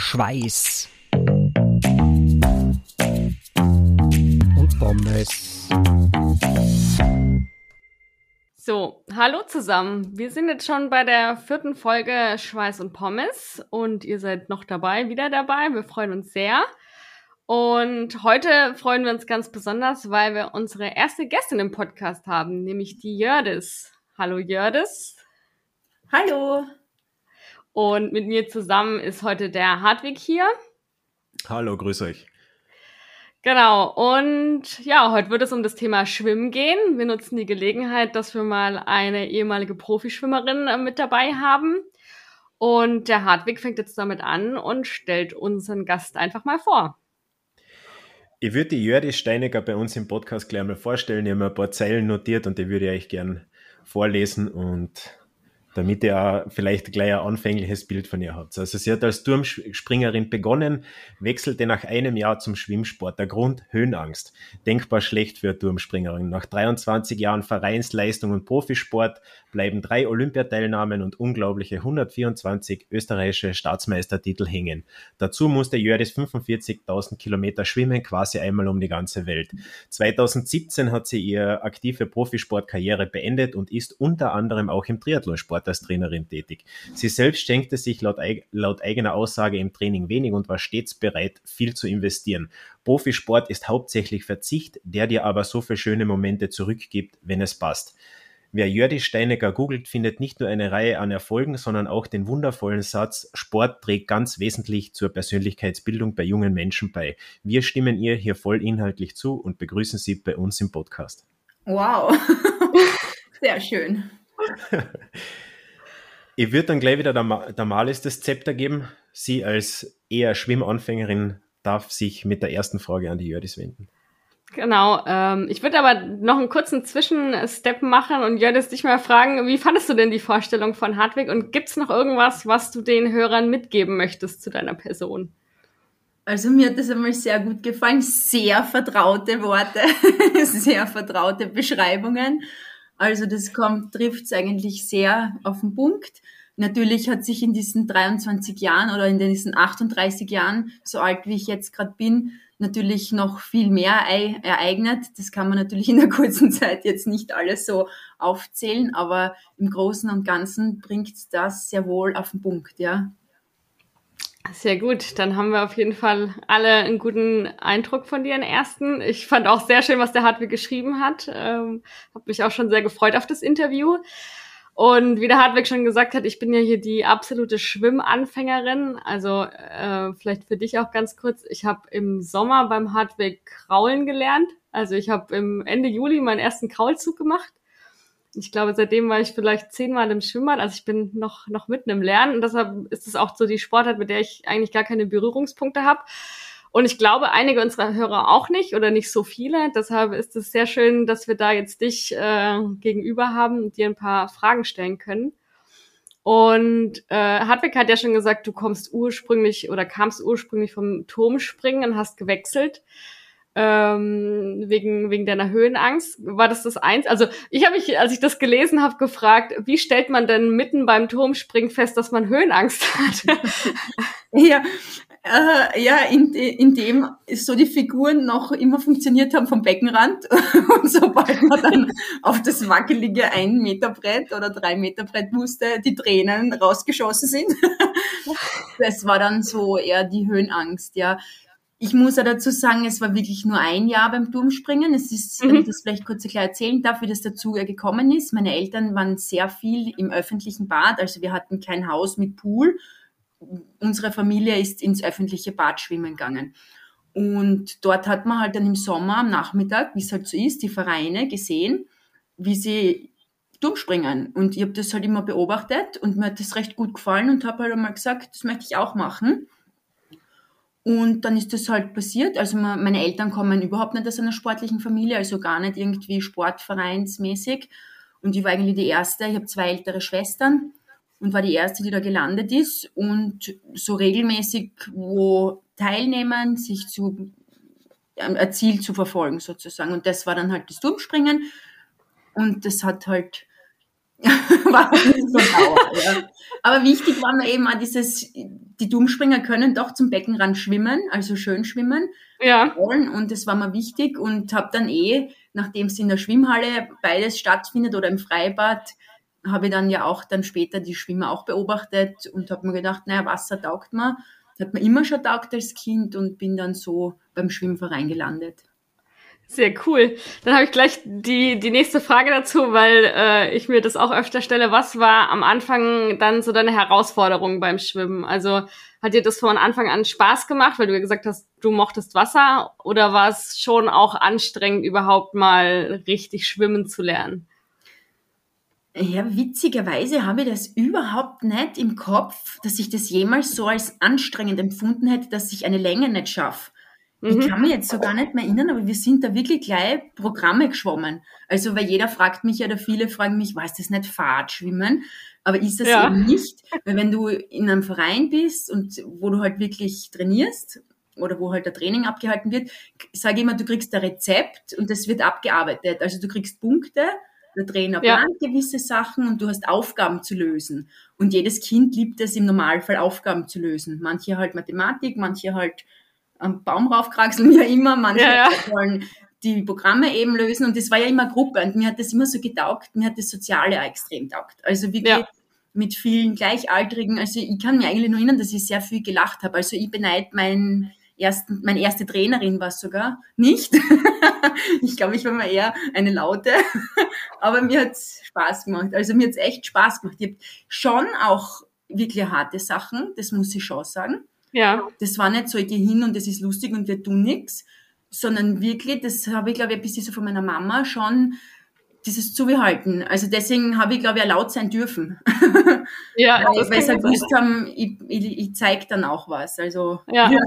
Schweiß und Pommes. So, hallo zusammen. Wir sind jetzt schon bei der 4. Folge Schweiß und Pommes und ihr seid noch wieder dabei. Wir freuen uns sehr. Und heute freuen wir uns ganz besonders, weil wir unsere erste Gästin im Podcast haben, nämlich die Jördis. Hallo Jördis. Hallo. Und mit mir zusammen ist heute der Hartwig hier. Hallo, grüß euch. Genau, und ja, heute wird es um das Thema Schwimmen gehen. Wir nutzen die Gelegenheit, dass wir mal eine ehemalige Profischwimmerin mit dabei haben. Und der Hartwig fängt jetzt damit an und stellt unseren Gast einfach mal vor. Ich würde die Jördis Steinecker bei uns im Podcast gleich mal vorstellen. Ich habe mir ein paar Zeilen notiert und die würde ich euch gern vorlesen, und damit ihr auch vielleicht gleich ein anfängliches Bild von ihr habt. Also sie hat als Turmspringerin begonnen, wechselte nach einem Jahr zum Schwimmsport. Der Grund: Höhenangst. Denkbar schlecht für eine Turmspringerin. Nach 23 Jahren Vereinsleistung und Profisport bleiben 3 Olympiateilnahmen und unglaubliche 124 österreichische Staatsmeistertitel hängen. Dazu musste Jördis 45.000 Kilometer schwimmen, quasi einmal um die ganze Welt. 2017 hat sie ihre aktive Profisportkarriere beendet und ist unter anderem auch im Triathlonsport als Trainerin tätig. Sie selbst schenkte sich laut eigener Aussage im Training wenig und war stets bereit, viel zu investieren. Profisport ist hauptsächlich Verzicht, der dir aber so viele schöne Momente zurückgibt, wenn es passt. Wer Jördis Steinecker googelt, findet nicht nur eine Reihe an Erfolgen, sondern auch den wundervollen Satz: Sport trägt ganz wesentlich zur Persönlichkeitsbildung bei jungen Menschen bei. Wir stimmen ihr hier voll inhaltlich zu und begrüßen sie bei uns im Podcast. Wow, sehr schön. Ich würde dann gleich wieder der Marlies das Zepter geben. Sie als eher Schwimmanfängerin darf sich mit der ersten Frage an die Jördis wenden. Genau, ich würde aber noch einen kurzen Zwischenstep machen und Jördis dich mal fragen, wie fandest du denn die Vorstellung von Hartwig und gibt's noch irgendwas, was du den Hörern mitgeben möchtest zu deiner Person? Also mir hat das einmal sehr gut gefallen. Sehr vertraute Worte, sehr vertraute Beschreibungen. Also das trifft es eigentlich sehr auf den Punkt. Natürlich hat sich in diesen 23 Jahren oder in diesen 38 Jahren, so alt wie ich jetzt gerade bin, natürlich noch viel mehr ereignet. Das kann man natürlich in der kurzen Zeit jetzt nicht alles so aufzählen, aber im Großen und Ganzen bringt das sehr wohl auf den Punkt, ja. Sehr gut, dann haben wir auf jeden Fall alle einen guten Eindruck von dir, einen ersten. Ich fand auch sehr schön, was der Hartwig geschrieben hat. Habe mich auch schon sehr gefreut auf das Interview. Und wie der Hartwig schon gesagt hat, ich bin ja hier die absolute Schwimmanfängerin. Also vielleicht für dich auch ganz kurz. Ich habe im Sommer beim Hartwig Kraulen gelernt. Also ich habe im Ende Juli meinen ersten Kraulzug gemacht. Ich glaube, seitdem war ich vielleicht 10-mal im Schwimmbad. Also ich bin noch mitten im Lernen. Und deshalb ist es auch so die Sportart, mit der ich eigentlich gar keine Berührungspunkte habe. Und ich glaube, einige unserer Hörer auch nicht oder nicht so viele. Deshalb ist es sehr schön, dass wir da jetzt dich gegenüber haben und dir ein paar Fragen stellen können. Und Hartwig hat ja schon gesagt, du kamst ursprünglich vom Turmspringen und hast gewechselt. Wegen deiner Höhenangst. War das eins? Also ich habe mich, als ich das gelesen habe, gefragt, wie stellt man denn mitten beim Turmspringen fest, dass man Höhenangst hat? Ja, indem so die Figuren noch immer funktioniert haben vom Beckenrand und sobald man dann auf das wackelige 1-Meter-Brett oder 3-Meter-Brett musste, die Tränen rausgeschossen sind. Das war dann so eher die Höhenangst, ja. Ich muss ja dazu sagen, es war wirklich nur ein Jahr beim Turmspringen. Es ist, wenn ich das vielleicht kurz erzählen darf, wie das dazu gekommen ist. Meine Eltern waren sehr viel im öffentlichen Bad, also wir hatten kein Haus mit Pool. Unsere Familie ist ins öffentliche Bad schwimmen gegangen. Und dort hat man halt dann im Sommer am Nachmittag, wie es halt so ist, die Vereine gesehen, wie sie Turmspringen. Und ich habe das halt immer beobachtet und mir hat das recht gut gefallen und habe halt einmal gesagt, das möchte ich auch machen. Und dann ist das halt passiert. Also meine Eltern kommen überhaupt nicht aus einer sportlichen Familie, also gar nicht irgendwie sportvereinsmäßig. Und ich war eigentlich die Erste. Ich habe 2 ältere Schwestern und war die Erste, die da gelandet ist. Und so regelmäßig wo teilnehmen, sich ein Ziel zu verfolgen sozusagen. Und das war dann halt das Turmspringen. Und das hat halt war nicht so dauer. Ja. Aber wichtig war mir eben auch die Dummspringer können doch zum Beckenrand schwimmen, also schön schwimmen. Ja. Und das war mir wichtig und habe dann nachdem es in der Schwimmhalle beides stattfindet oder im Freibad, habe ich dann ja auch dann später die Schwimmer auch beobachtet und habe mir gedacht, naja, Wasser taugt mir. Das hat mir immer schon taugt als Kind und bin dann so beim Schwimmverein gelandet. Sehr cool. Dann habe ich gleich die nächste Frage dazu, weil ich mir das auch öfter stelle. Was war am Anfang dann so deine Herausforderung beim Schwimmen? Also hat dir das von Anfang an Spaß gemacht, weil du ja gesagt hast, du mochtest Wasser, oder war es schon auch anstrengend, überhaupt mal richtig schwimmen zu lernen? Ja, witzigerweise habe ich das überhaupt nicht im Kopf, dass ich das jemals so als anstrengend empfunden hätte, dass ich eine Länge nicht schaffe. Ich kann mich jetzt so gar nicht mehr erinnern, aber wir sind da wirklich gleich Programme geschwommen. Also, weil jeder fragt mich ja, oder viele fragen mich, war das nicht Fahrtschwimmen? Aber ist das eben nicht? Weil wenn du in einem Verein bist und wo du halt wirklich trainierst oder wo halt der Training abgehalten wird, sage ich immer, du kriegst ein Rezept und das wird abgearbeitet. Also du kriegst Punkte, der Trainer plant gewisse Sachen und du hast Aufgaben zu lösen. Und jedes Kind liebt es im Normalfall, Aufgaben zu lösen. Manche halt Mathematik, manche halt am Baum raufkraxeln, wie auch immer, manche wollen die Programme eben lösen und das war ja immer Gruppe und mir hat das immer so getaugt, mir hat das Soziale auch extrem taugt. Also wirklich mit vielen Gleichaltrigen, also ich kann mich eigentlich nur erinnern, dass ich sehr viel gelacht habe. Also ich beneide meine erste Trainerin war es sogar nicht. Ich glaube, ich war mal eher eine Laute, aber mir hat es Spaß gemacht. Also mir hat es echt Spaß gemacht. Ich habe schon auch wirklich harte Sachen, das muss ich schon sagen. Ja. Das war nicht so, ich gehe hin und das ist lustig und wir tun nichts, sondern wirklich, das habe ich, glaube ich, ein bisschen so von meiner Mama schon, dieses Zubehalten. Also deswegen habe ich, glaube ich, auch laut sein dürfen. Ja, weil sie halt gewusst haben, ich zeige dann auch was. Also,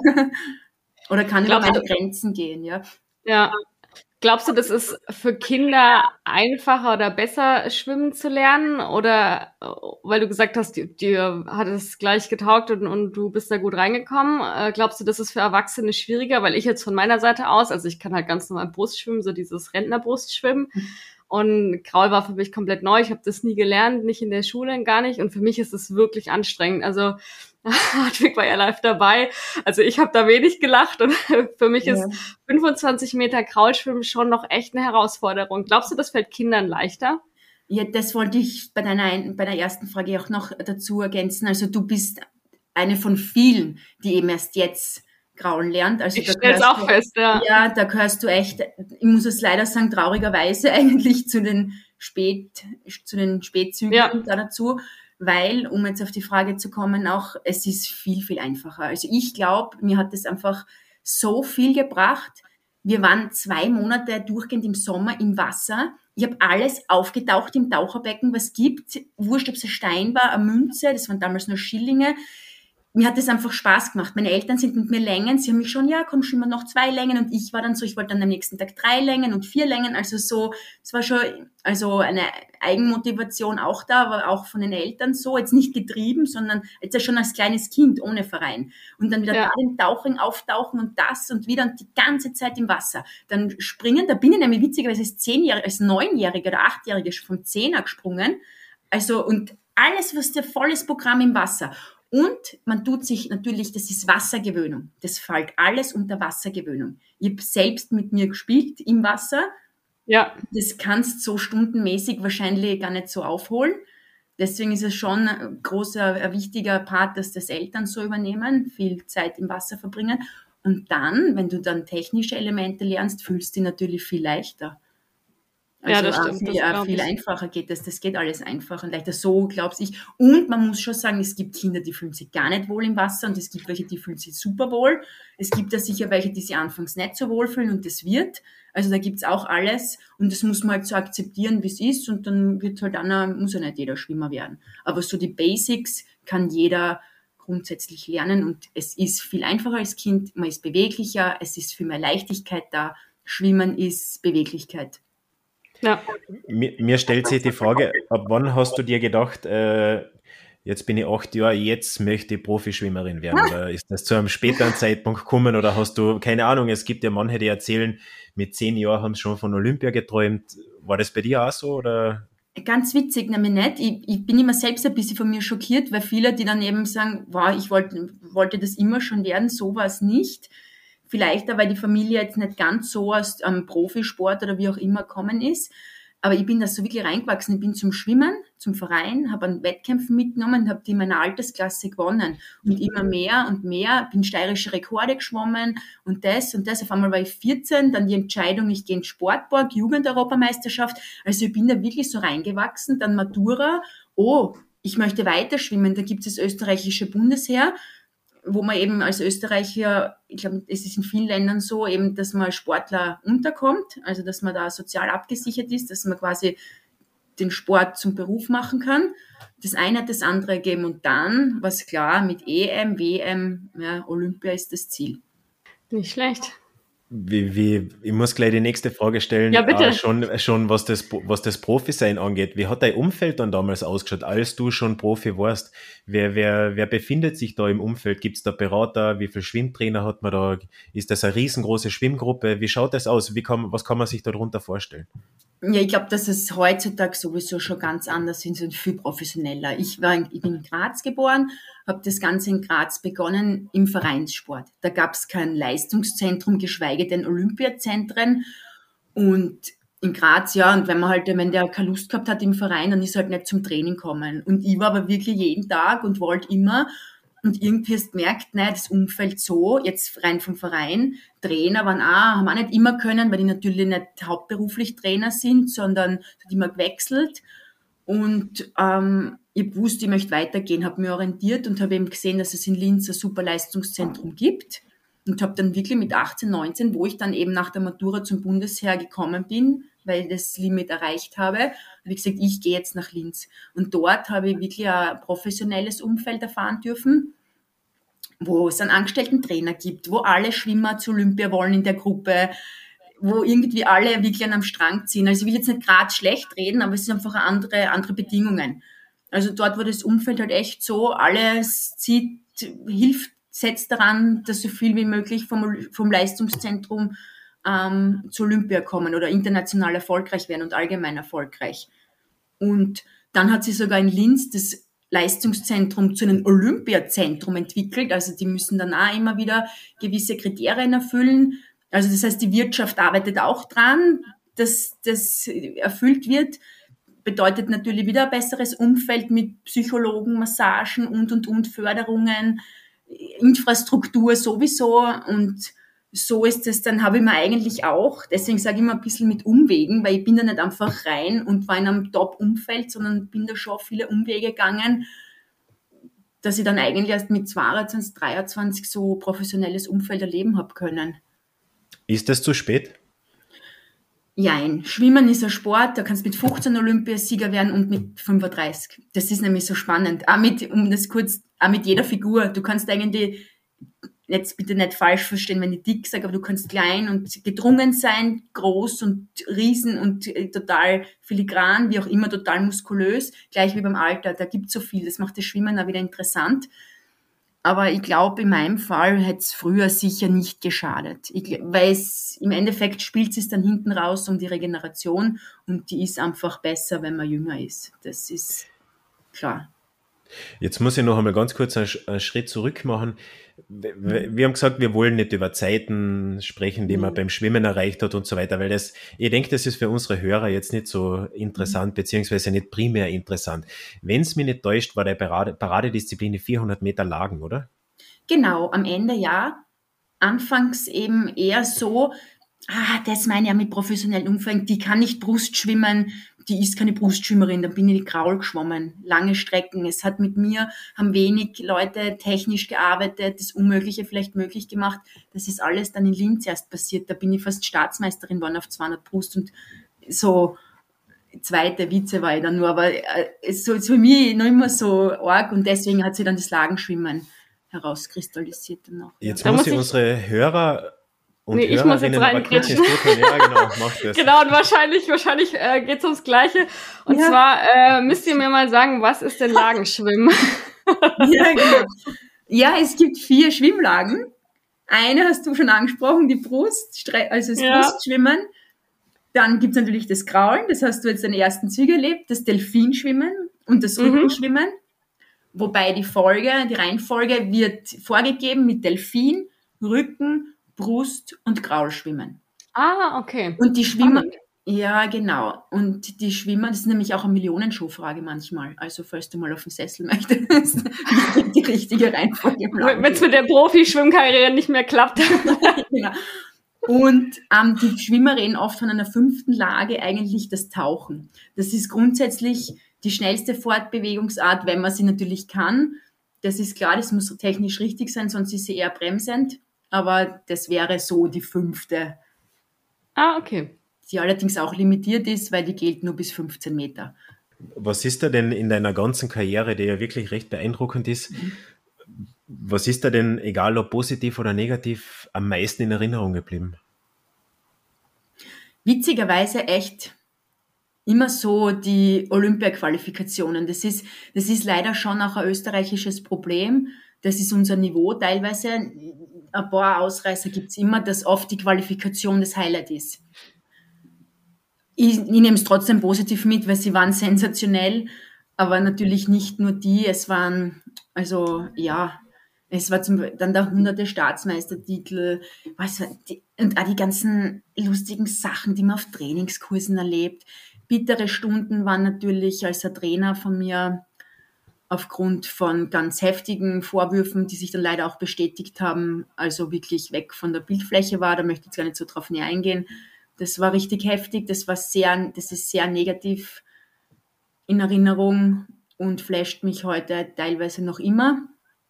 oder kann über meine Grenzen gehen, ja. Ja. Glaubst du, das ist für Kinder einfacher oder besser, schwimmen zu lernen? Oder, weil du gesagt hast, dir hat es gleich getaugt und du bist da gut reingekommen. Glaubst du, das ist für Erwachsene schwieriger? Weil ich jetzt von meiner Seite aus, also ich kann halt ganz normal Brustschwimmen, so dieses Rentnerbrustschwimmen. Und Kraul war für mich komplett neu. Ich habe das nie gelernt, nicht in der Schule, gar nicht. Und für mich ist es wirklich anstrengend. Also Hartwig war ja live dabei. Also ich habe da wenig gelacht und für mich ist 25 Meter Kraulschwimmen schon noch echt eine Herausforderung. Glaubst du, das fällt Kindern leichter? Ja, das wollte ich bei der ersten Frage auch noch dazu ergänzen. Also du bist eine von vielen, die eben erst jetzt Kraulen lernt. Also ich stell's auch fest, ja. Ja, da gehörst du echt, ich muss es leider sagen, traurigerweise eigentlich zu den Spätzügern da dazu. Weil, um jetzt auf die Frage zu kommen, auch, es ist viel, viel einfacher. Also ich glaube, mir hat das einfach so viel gebracht. Wir waren 2 Monate durchgehend im Sommer im Wasser. Ich habe alles aufgetaucht im Taucherbecken, was gibt. Wurscht, ob es ein Stein war, eine Münze, das waren damals nur Schillinge. Mir hat das einfach Spaß gemacht. Meine Eltern sind mit mir Längen. Sie haben mich schon, ja, komm, schwimmen wir noch 2 Längen. Und ich war dann so, ich wollte dann am nächsten Tag 3 Längen und 4 Längen. Also so, es war schon, also eine Eigenmotivation auch da, aber auch von den Eltern so. Jetzt nicht getrieben, sondern jetzt ja schon als kleines Kind ohne Verein. Und dann wieder da den Tauchring auftauchen und das und wieder und die ganze Zeit im Wasser. Dann springen, da bin ich nämlich witzigerweise als 9-Jährige oder 8-Jährige schon vom 10er gesprungen. Also, und alles, was der volles Programm im Wasser. Und man tut sich natürlich, das ist Wassergewöhnung. Das fällt alles unter Wassergewöhnung. Ich habe selbst mit mir gespielt im Wasser. Ja. Das kannst so stundenmäßig wahrscheinlich gar nicht so aufholen. Deswegen ist es schon ein wichtiger Part, dass das Eltern so übernehmen, viel Zeit im Wasser verbringen. Und dann, wenn du dann technische Elemente lernst, fühlst du dich natürlich viel leichter. Also ja, das stimmt. Viel einfacher geht das. Das geht alles einfacher und leichter. So glaub's ich. Und man muss schon sagen, es gibt Kinder, die fühlen sich gar nicht wohl im Wasser und es gibt welche, die fühlen sich super wohl. Es gibt da sicher welche, die sich anfangs nicht so wohl fühlen und das wird. Also da gibt's auch alles und das muss man halt so akzeptieren, wie es ist und dann wird halt muss ja nicht jeder Schwimmer werden. Aber so die Basics kann jeder grundsätzlich lernen und es ist viel einfacher als Kind. Man ist beweglicher, es ist viel mehr Leichtigkeit da. Schwimmen ist Beweglichkeit. Ja. Mir stellt sich die Frage, ab wann hast du dir gedacht, jetzt bin ich 8 Jahre, jetzt möchte ich Profischwimmerin werden? Oder ist das zu einem späteren Zeitpunkt gekommen? Oder hast du, keine Ahnung, es gibt ja manche, die erzählen, mit 10 Jahren haben sie schon von Olympia geträumt. War das bei dir auch so? Oder? Ganz witzig, nämlich nicht. Ich bin immer selbst ein bisschen von mir schockiert, weil viele, die dann eben sagen, wow, ich wollte das immer schon werden, so war es nicht. Vielleicht auch, weil die Familie jetzt nicht ganz so aus Profisport oder wie auch immer gekommen ist. Aber ich bin da so wirklich reingewachsen. Ich bin zum Schwimmen, zum Verein, habe an Wettkämpfen mitgenommen und habe die in meiner Altersklasse gewonnen. Und immer mehr und mehr, bin steirische Rekorde geschwommen und das. Auf einmal war ich 14, dann die Entscheidung, ich gehe in Sportborg, Jugend-Europameisterschaft. Also ich bin da wirklich so reingewachsen. Dann Matura, ich möchte weiter schwimmen. Da gibt es das österreichische Bundesheer, wo man eben als Österreicher, ich glaube, es ist in vielen Ländern so, eben, dass man als Sportler unterkommt, also dass man da sozial abgesichert ist, dass man quasi den Sport zum Beruf machen kann. Das eine hat das andere gegeben und dann, was klar, mit EM, WM, ja, Olympia ist das Ziel. Nicht schlecht. Ich muss gleich die nächste Frage stellen. Ja, bitte. Schon was das Profi-Sein angeht. Wie hat dein Umfeld dann damals ausgeschaut, als du schon Profi warst? Wer befindet sich da im Umfeld? Gibt es da Berater? Wie viele Schwimmtrainer hat man da? Ist das eine riesengroße Schwimmgruppe? Wie schaut das aus? Was kann man sich darunter vorstellen? Ja, ich glaube, dass es heutzutage sowieso schon ganz anders ist und viel professioneller. Ich bin in Graz geboren, habe das Ganze in Graz begonnen im Vereinssport. Da gab es kein Leistungszentrum, geschweige denn Olympiazentren. Und in Graz, ja, und wenn der keine Lust gehabt hat im Verein, dann ist er halt nicht zum Training kommen. Und ich war aber wirklich jeden Tag und wollte immer. Und irgendwie hast du gemerkt, nein, das Umfeld so, jetzt rein vom Verein, Trainer haben auch nicht immer können, weil die natürlich nicht hauptberuflich Trainer sind, sondern hat immer gewechselt. Und ich wusste, ich möchte weitergehen, habe mich orientiert und habe eben gesehen, dass es in Linz ein super Leistungszentrum gibt. Und habe dann wirklich mit 18, 19, wo ich dann eben nach der Matura zum Bundesheer gekommen bin, weil ich das Limit erreicht habe, habe ich gesagt, ich gehe jetzt nach Linz. Und dort habe ich wirklich ein professionelles Umfeld erfahren dürfen, wo es einen angestellten Trainer gibt, wo alle Schwimmer zu Olympia wollen in der Gruppe, wo irgendwie alle wirklich an einem Strang ziehen. Also ich will jetzt nicht gerade schlecht reden, aber es sind einfach andere Bedingungen. Also dort war das Umfeld halt echt so, alles setzt daran, dass so viel wie möglich vom Leistungszentrum zu Olympia kommen oder international erfolgreich werden und allgemein erfolgreich. Und dann hat sich sogar in Linz das Leistungszentrum zu einem Olympiazentrum entwickelt. Also die müssen dann auch immer wieder gewisse Kriterien erfüllen. Also das heißt, die Wirtschaft arbeitet auch dran, dass das erfüllt wird. Bedeutet natürlich wieder ein besseres Umfeld mit Psychologen, Massagen und Förderungen, Infrastruktur sowieso. Und so ist es, dann habe ich mir eigentlich auch, deswegen sage ich immer ein bisschen mit Umwegen, weil ich bin da nicht einfach rein und war in einem Top-Umfeld, sondern bin da schon viele Umwege gegangen, dass ich dann eigentlich erst mit 22, 23 so professionelles Umfeld erleben habe können. Ist das zu spät? Jein. Schwimmen ist ein Sport, da kannst du mit 15 Olympiasieger werden und mit 35. Das ist nämlich so spannend. Auch mit jeder Figur. Du kannst eigentlich, jetzt bitte nicht falsch verstehen, wenn ich dick sage, aber du kannst klein und gedrungen sein, groß und riesen und total filigran, wie auch immer, total muskulös, gleich wie beim Alter. Da gibt's so viel, das macht das Schwimmen auch wieder interessant. Aber ich glaube, in meinem Fall hätte es früher sicher nicht geschadet. Weil im Endeffekt spielt es dann hinten raus um die Regeneration und die ist einfach besser, wenn man jünger ist. Das ist klar. Jetzt muss ich noch einmal ganz kurz einen Schritt zurück machen. Wir haben gesagt, wir wollen nicht über Zeiten sprechen, die man beim Schwimmen erreicht hat und so weiter, weil ich denke, das ist für unsere Hörer jetzt nicht so interessant, beziehungsweise nicht primär interessant. Wenn es mich nicht täuscht, war der Paradedisziplin die 400 Meter Lagen, oder? Genau, am Ende ja. Anfangs eben eher so, das meine ich ja mit professionellen Umfang, die kann nicht Brust schwimmen, die ist keine Brustschwimmerin, dann bin ich die Kraul geschwommen, lange Strecken. Es hat mit mir, haben wenig Leute technisch gearbeitet, das Unmögliche vielleicht möglich gemacht. Das ist alles dann in Linz erst passiert. Da bin ich fast Staatsmeisterin geworden auf 200 Brust und so zweite Vize war ich dann nur, aber so ist für mich noch immer so arg und deswegen hat sich dann das Lagenschwimmen herauskristallisiert dann noch. Jetzt muss ich unsere Hörer und ich muss jetzt reingrätschen. Ja, genau, mach das. Genau, und wahrscheinlich geht's ums Gleiche. Und zwar müsst ihr mir mal sagen, was ist denn Lagenschwimmen? Ja, genau. Ja, es gibt 4 Schwimmlagen. Eine hast du schon angesprochen, die Brust, also das Brustschwimmen. Dann gibt's natürlich das Kraulen, das hast du jetzt in den ersten Zügen erlebt, das Delfinschwimmen und das Rückenschwimmen. Wobei die Reihenfolge wird vorgegeben mit Delfin, Rücken, Brust und Kraulschwimmen. Ah, okay. Und die Schwimmer, Spannend. ja genau, und die Schwimmer, das ist nämlich auch eine Millionenschuhfrage manchmal. Also falls du mal auf den Sessel möchtest, die richtige Reihenfolge. Wenn es mit der Profi-Schwimmkarriere nicht mehr klappt. Genau. Und die Schwimmer reden oft von einer 5. Lage eigentlich das Tauchen. Das ist grundsätzlich die schnellste Fortbewegungsart, wenn man sie natürlich kann. Das ist klar, das muss technisch richtig sein, sonst ist sie eher bremsend. Aber das wäre so die 5., Ah, okay. die allerdings auch limitiert ist, weil die gilt nur bis 15 Meter. Was ist da denn in deiner ganzen Karriere, die ja wirklich recht beeindruckend ist, was ist da denn, egal ob positiv oder negativ, am meisten in Erinnerung geblieben? Witzigerweise echt immer so die Olympia-Qualifikationen. Das ist leider schon auch ein österreichisches Problem. Das ist unser Niveau teilweise. Ein paar Ausreißer gibt's immer, dass oft die Qualifikation das Highlight ist. Ich nehme es trotzdem positiv mit, weil sie waren sensationell, aber natürlich nicht nur die. Es waren, also ja, es war dann der 100. Staatsmeistertitel, und auch die ganzen lustigen Sachen, die man auf Trainingskursen erlebt. Bittere Stunden waren natürlich als ein Trainer von mir aufgrund von ganz heftigen Vorwürfen, die sich dann leider auch bestätigt haben, also wirklich weg von der Bildfläche war. Da möchte ich jetzt gar nicht so drauf näher eingehen. Das war richtig heftig, das ist sehr negativ in Erinnerung und flasht mich heute teilweise noch immer.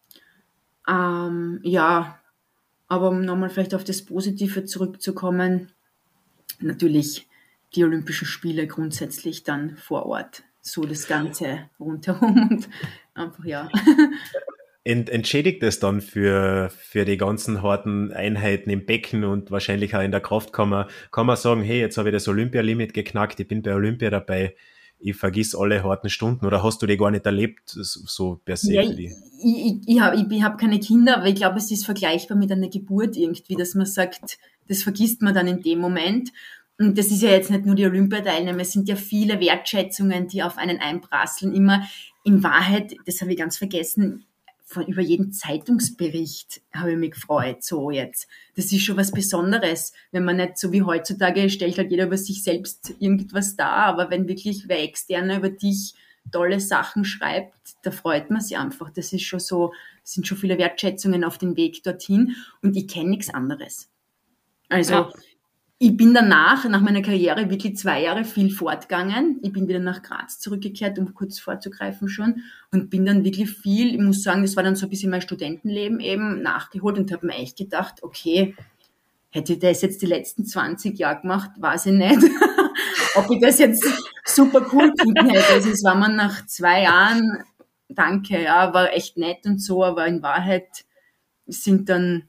Ja, aber um nochmal vielleicht auf das Positive zurückzukommen, natürlich die Olympischen Spiele grundsätzlich dann vor Ort, so das Ganze rundherum und einfach, ja. Entschädigt es dann für die ganzen harten Einheiten im Becken und wahrscheinlich auch in der Kraftkammer? Kann man sagen, hey, jetzt habe ich das Olympia-Limit geknackt, ich bin bei Olympia dabei, ich vergiss alle harten Stunden, oder hast du die gar nicht erlebt, so per se? Ja, ich hab keine Kinder, aber ich glaube, es ist vergleichbar mit einer Geburt irgendwie, dass man sagt, das vergisst man dann in dem Moment. Und das ist ja jetzt nicht nur die Olympiateilnehmer, es sind ja viele Wertschätzungen, die auf einen einprasseln. Immer in Wahrheit, das habe ich ganz vergessen, über jeden Zeitungsbericht habe ich mich gefreut, so jetzt. Das ist schon was Besonderes, wenn man nicht so wie heutzutage stellt halt jeder über sich selbst irgendwas dar, aber wenn wirklich wer Externer über dich tolle Sachen schreibt, da freut man sich einfach. Das ist schon so, sind schon viele Wertschätzungen auf dem Weg dorthin und ich kenne nichts anderes. Also, ja. Ich bin nach meiner Karriere wirklich 2 Jahre viel fortgegangen. Ich bin wieder nach Graz zurückgekehrt, um kurz vorzugreifen schon, und bin dann wirklich viel, ich muss sagen, das war dann so ein bisschen mein Studentenleben eben, nachgeholt und habe mir echt gedacht, okay, hätte ich das jetzt die letzten 20 Jahre gemacht, weiß ich nicht, ob ich das jetzt super cool gefunden hätte. Also es war man nach 2 Jahren, danke, ja, war echt nett und so, aber in Wahrheit sind dann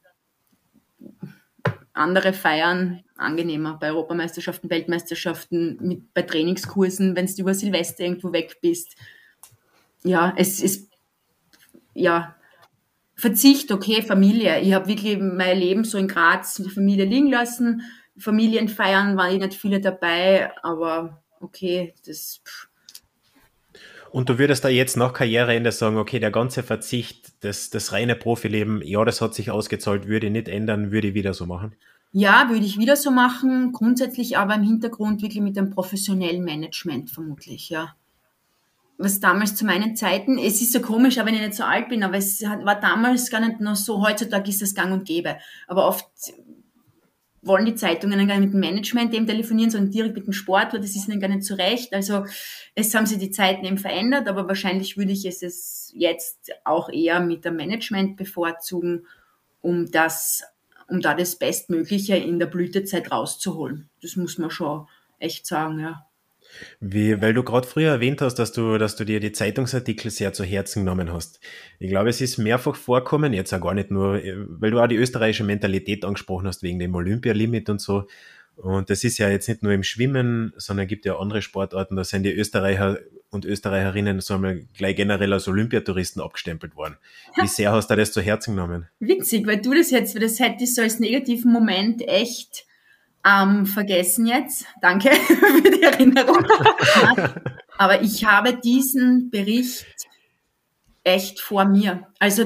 andere Feiern angenehmer, bei Europameisterschaften, Weltmeisterschaften, bei Trainingskursen, wenn du über Silvester irgendwo weg bist. Ja, es ist, ja, Verzicht, okay, Familie. Ich habe wirklich mein Leben so in Graz die Familie liegen lassen. Familienfeiern waren nicht viele dabei, aber okay, das... Und du würdest da jetzt nach Karriereende sagen, okay, der ganze Verzicht, das reine Profileben, ja, das hat sich ausgezahlt, würde ich nicht ändern, würde ich wieder so machen? Ja, würde ich wieder so machen, grundsätzlich aber im Hintergrund wirklich mit einem professionellen Management vermutlich, ja. Was damals zu meinen Zeiten, es ist so komisch, auch wenn ich nicht so alt bin, aber es war damals gar nicht noch so, heutzutage ist das gang und gäbe. Aber oft wollen die Zeitungen dann gar nicht mit dem Management eben telefonieren, sondern direkt mit dem Sportler, das ist ihnen gar nicht so recht. Also es haben sich die Zeiten eben verändert, aber wahrscheinlich würde ich es jetzt auch eher mit dem Management bevorzugen, um da das Bestmögliche in der Blütezeit rauszuholen. Das muss man schon echt sagen, ja. Weil du gerade früher erwähnt hast, dass du dir die Zeitungsartikel sehr zu Herzen genommen hast. Ich glaube, es ist mehrfach vorkommen, jetzt auch gar nicht nur, weil du auch die österreichische Mentalität angesprochen hast, wegen dem Olympialimit und so. Und das ist ja jetzt nicht nur im Schwimmen, sondern gibt ja andere Sportarten, da sind die Österreicher und Österreicherinnen so einmal gleich generell als Olympiatouristen abgestempelt worden. Wie sehr hast du das zu Herzen genommen? Witzig, weil du das hättest so als negativen Moment echt Vergessen jetzt. Danke für die Erinnerung. Aber ich habe diesen Bericht echt vor mir. Also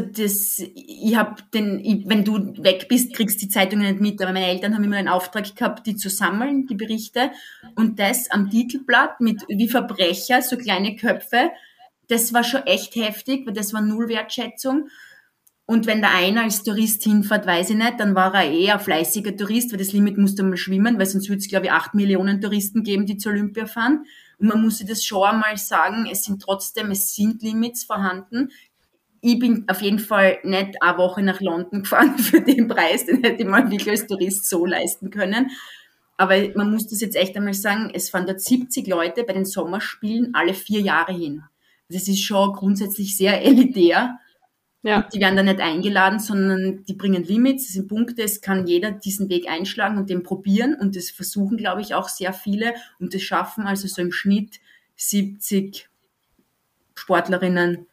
wenn du weg bist, kriegst du die Zeitungen nicht mit, aber meine Eltern haben immer einen Auftrag gehabt, die zu sammeln, die Berichte, und das am Titelblatt mit wie Verbrecher, so kleine Köpfe, das war schon echt heftig, weil das war null Wertschätzung. Und wenn der eine als Tourist hinfährt, weiß ich nicht, dann war er ein fleißiger Tourist, weil das Limit musste mal schwimmen, weil sonst würde es, glaube ich, 8 Millionen Touristen geben, die zur Olympia fahren. Und man muss sich das schon einmal sagen, es sind Limits vorhanden. Ich bin auf jeden Fall nicht eine Woche nach London gefahren für den Preis, den hätte ich mal wirklich als Tourist so leisten können. Aber man muss das jetzt echt einmal sagen, es fahren dort 70 Leute bei den Sommerspielen alle 4 Jahre hin. Das ist schon grundsätzlich sehr elitär. Ja. Und die werden da nicht eingeladen, sondern die bringen Limits, das sind Punkte, es kann jeder diesen Weg einschlagen und den probieren, und das versuchen, glaube ich, auch sehr viele, und das schaffen also so im Schnitt 70 Sportlerinnen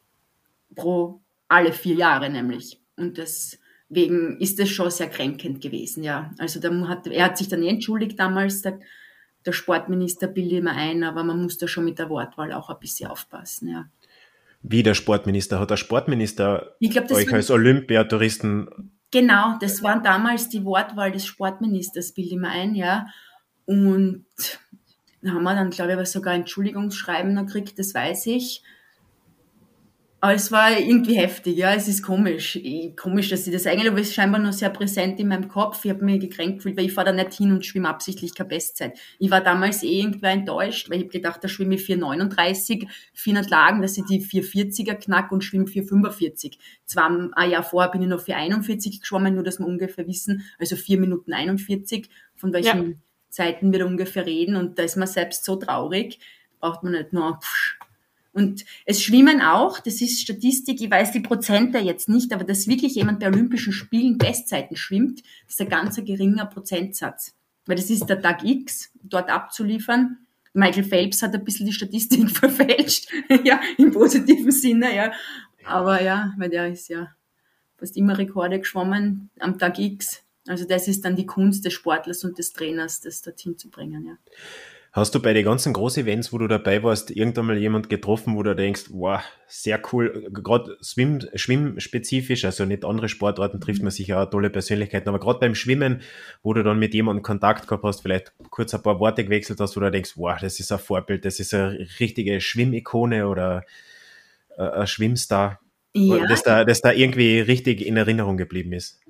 pro alle 4 Jahre nämlich. Und deswegen ist das schon sehr kränkend gewesen, ja. Also er hat sich dann entschuldigt damals, der Sportminister, bilde ich mir ein, aber man muss da schon mit der Wortwahl auch ein bisschen aufpassen, ja. Wie der Sportminister? Hat der Sportminister euch als Olympiatouristen... Genau, das war damals die Wortwahl des Sportministers, bilde ich mir ein, ja. Und da haben wir dann, glaube ich, aber sogar Entschuldigungsschreiben noch gekriegt, das weiß ich. Aber es war irgendwie heftig, ja, es ist komisch. Komisch, dass ich das eigentlich, aber es ist scheinbar noch sehr präsent in meinem Kopf. Ich habe mich gekränkt gefühlt, weil ich fahre da nicht hin und schwimme absichtlich keine Bestzeit. Ich war damals irgendwie enttäuscht, weil ich habe gedacht, da schwimme ich 4,39, 400 Lagen, dass ich die 4,40er knack und schwimme 4,45. Zwar ein Jahr vorher bin ich noch 4,41 geschwommen, nur dass wir ungefähr wissen, also 4 Minuten 41, von welchen Zeiten wir da ungefähr reden, und da ist man selbst so traurig, braucht man nicht nur Und es schwimmen auch, das ist Statistik, ich weiß die Prozente jetzt nicht, aber dass wirklich jemand bei Olympischen Spielen Bestzeiten schwimmt, ist ein ganz geringer Prozentsatz. Weil das ist der Tag X, dort abzuliefern. Michael Phelps hat ein bisschen die Statistik verfälscht, ja, im positiven Sinne, ja. Aber ja, weil der ist ja fast immer Rekorde geschwommen am Tag X. Also das ist dann die Kunst des Sportlers und des Trainers, das dorthin zu bringen, ja. Hast du bei den ganzen Groß-Events, wo du dabei warst, irgendwann mal jemand getroffen, wo du denkst, wow, sehr cool, gerade schwimmspezifisch, also nicht andere Sportarten trifft man sicher auch tolle Persönlichkeiten, aber gerade beim Schwimmen, wo du dann mit jemandem Kontakt gehabt hast, vielleicht kurz ein paar Worte gewechselt hast, wo du denkst, wow, das ist ein Vorbild, das ist eine richtige Schwimmikone oder ein Schwimmstar, ja, das da irgendwie richtig in Erinnerung geblieben ist.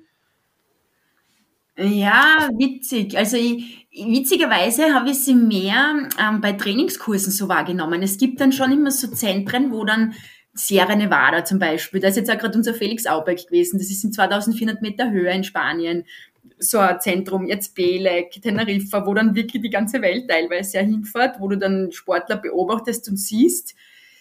Ja, witzig. Also witzigerweise habe ich sie mehr bei Trainingskursen so wahrgenommen. Es gibt dann schon immer so Zentren, wo dann Sierra Nevada zum Beispiel, da ist jetzt auch gerade unser Felix Auberg gewesen, das ist in 2400 Meter Höhe in Spanien, so ein Zentrum, jetzt Belek, Teneriffa, wo dann wirklich die ganze Welt teilweise hinfährt, wo du dann Sportler beobachtest und siehst.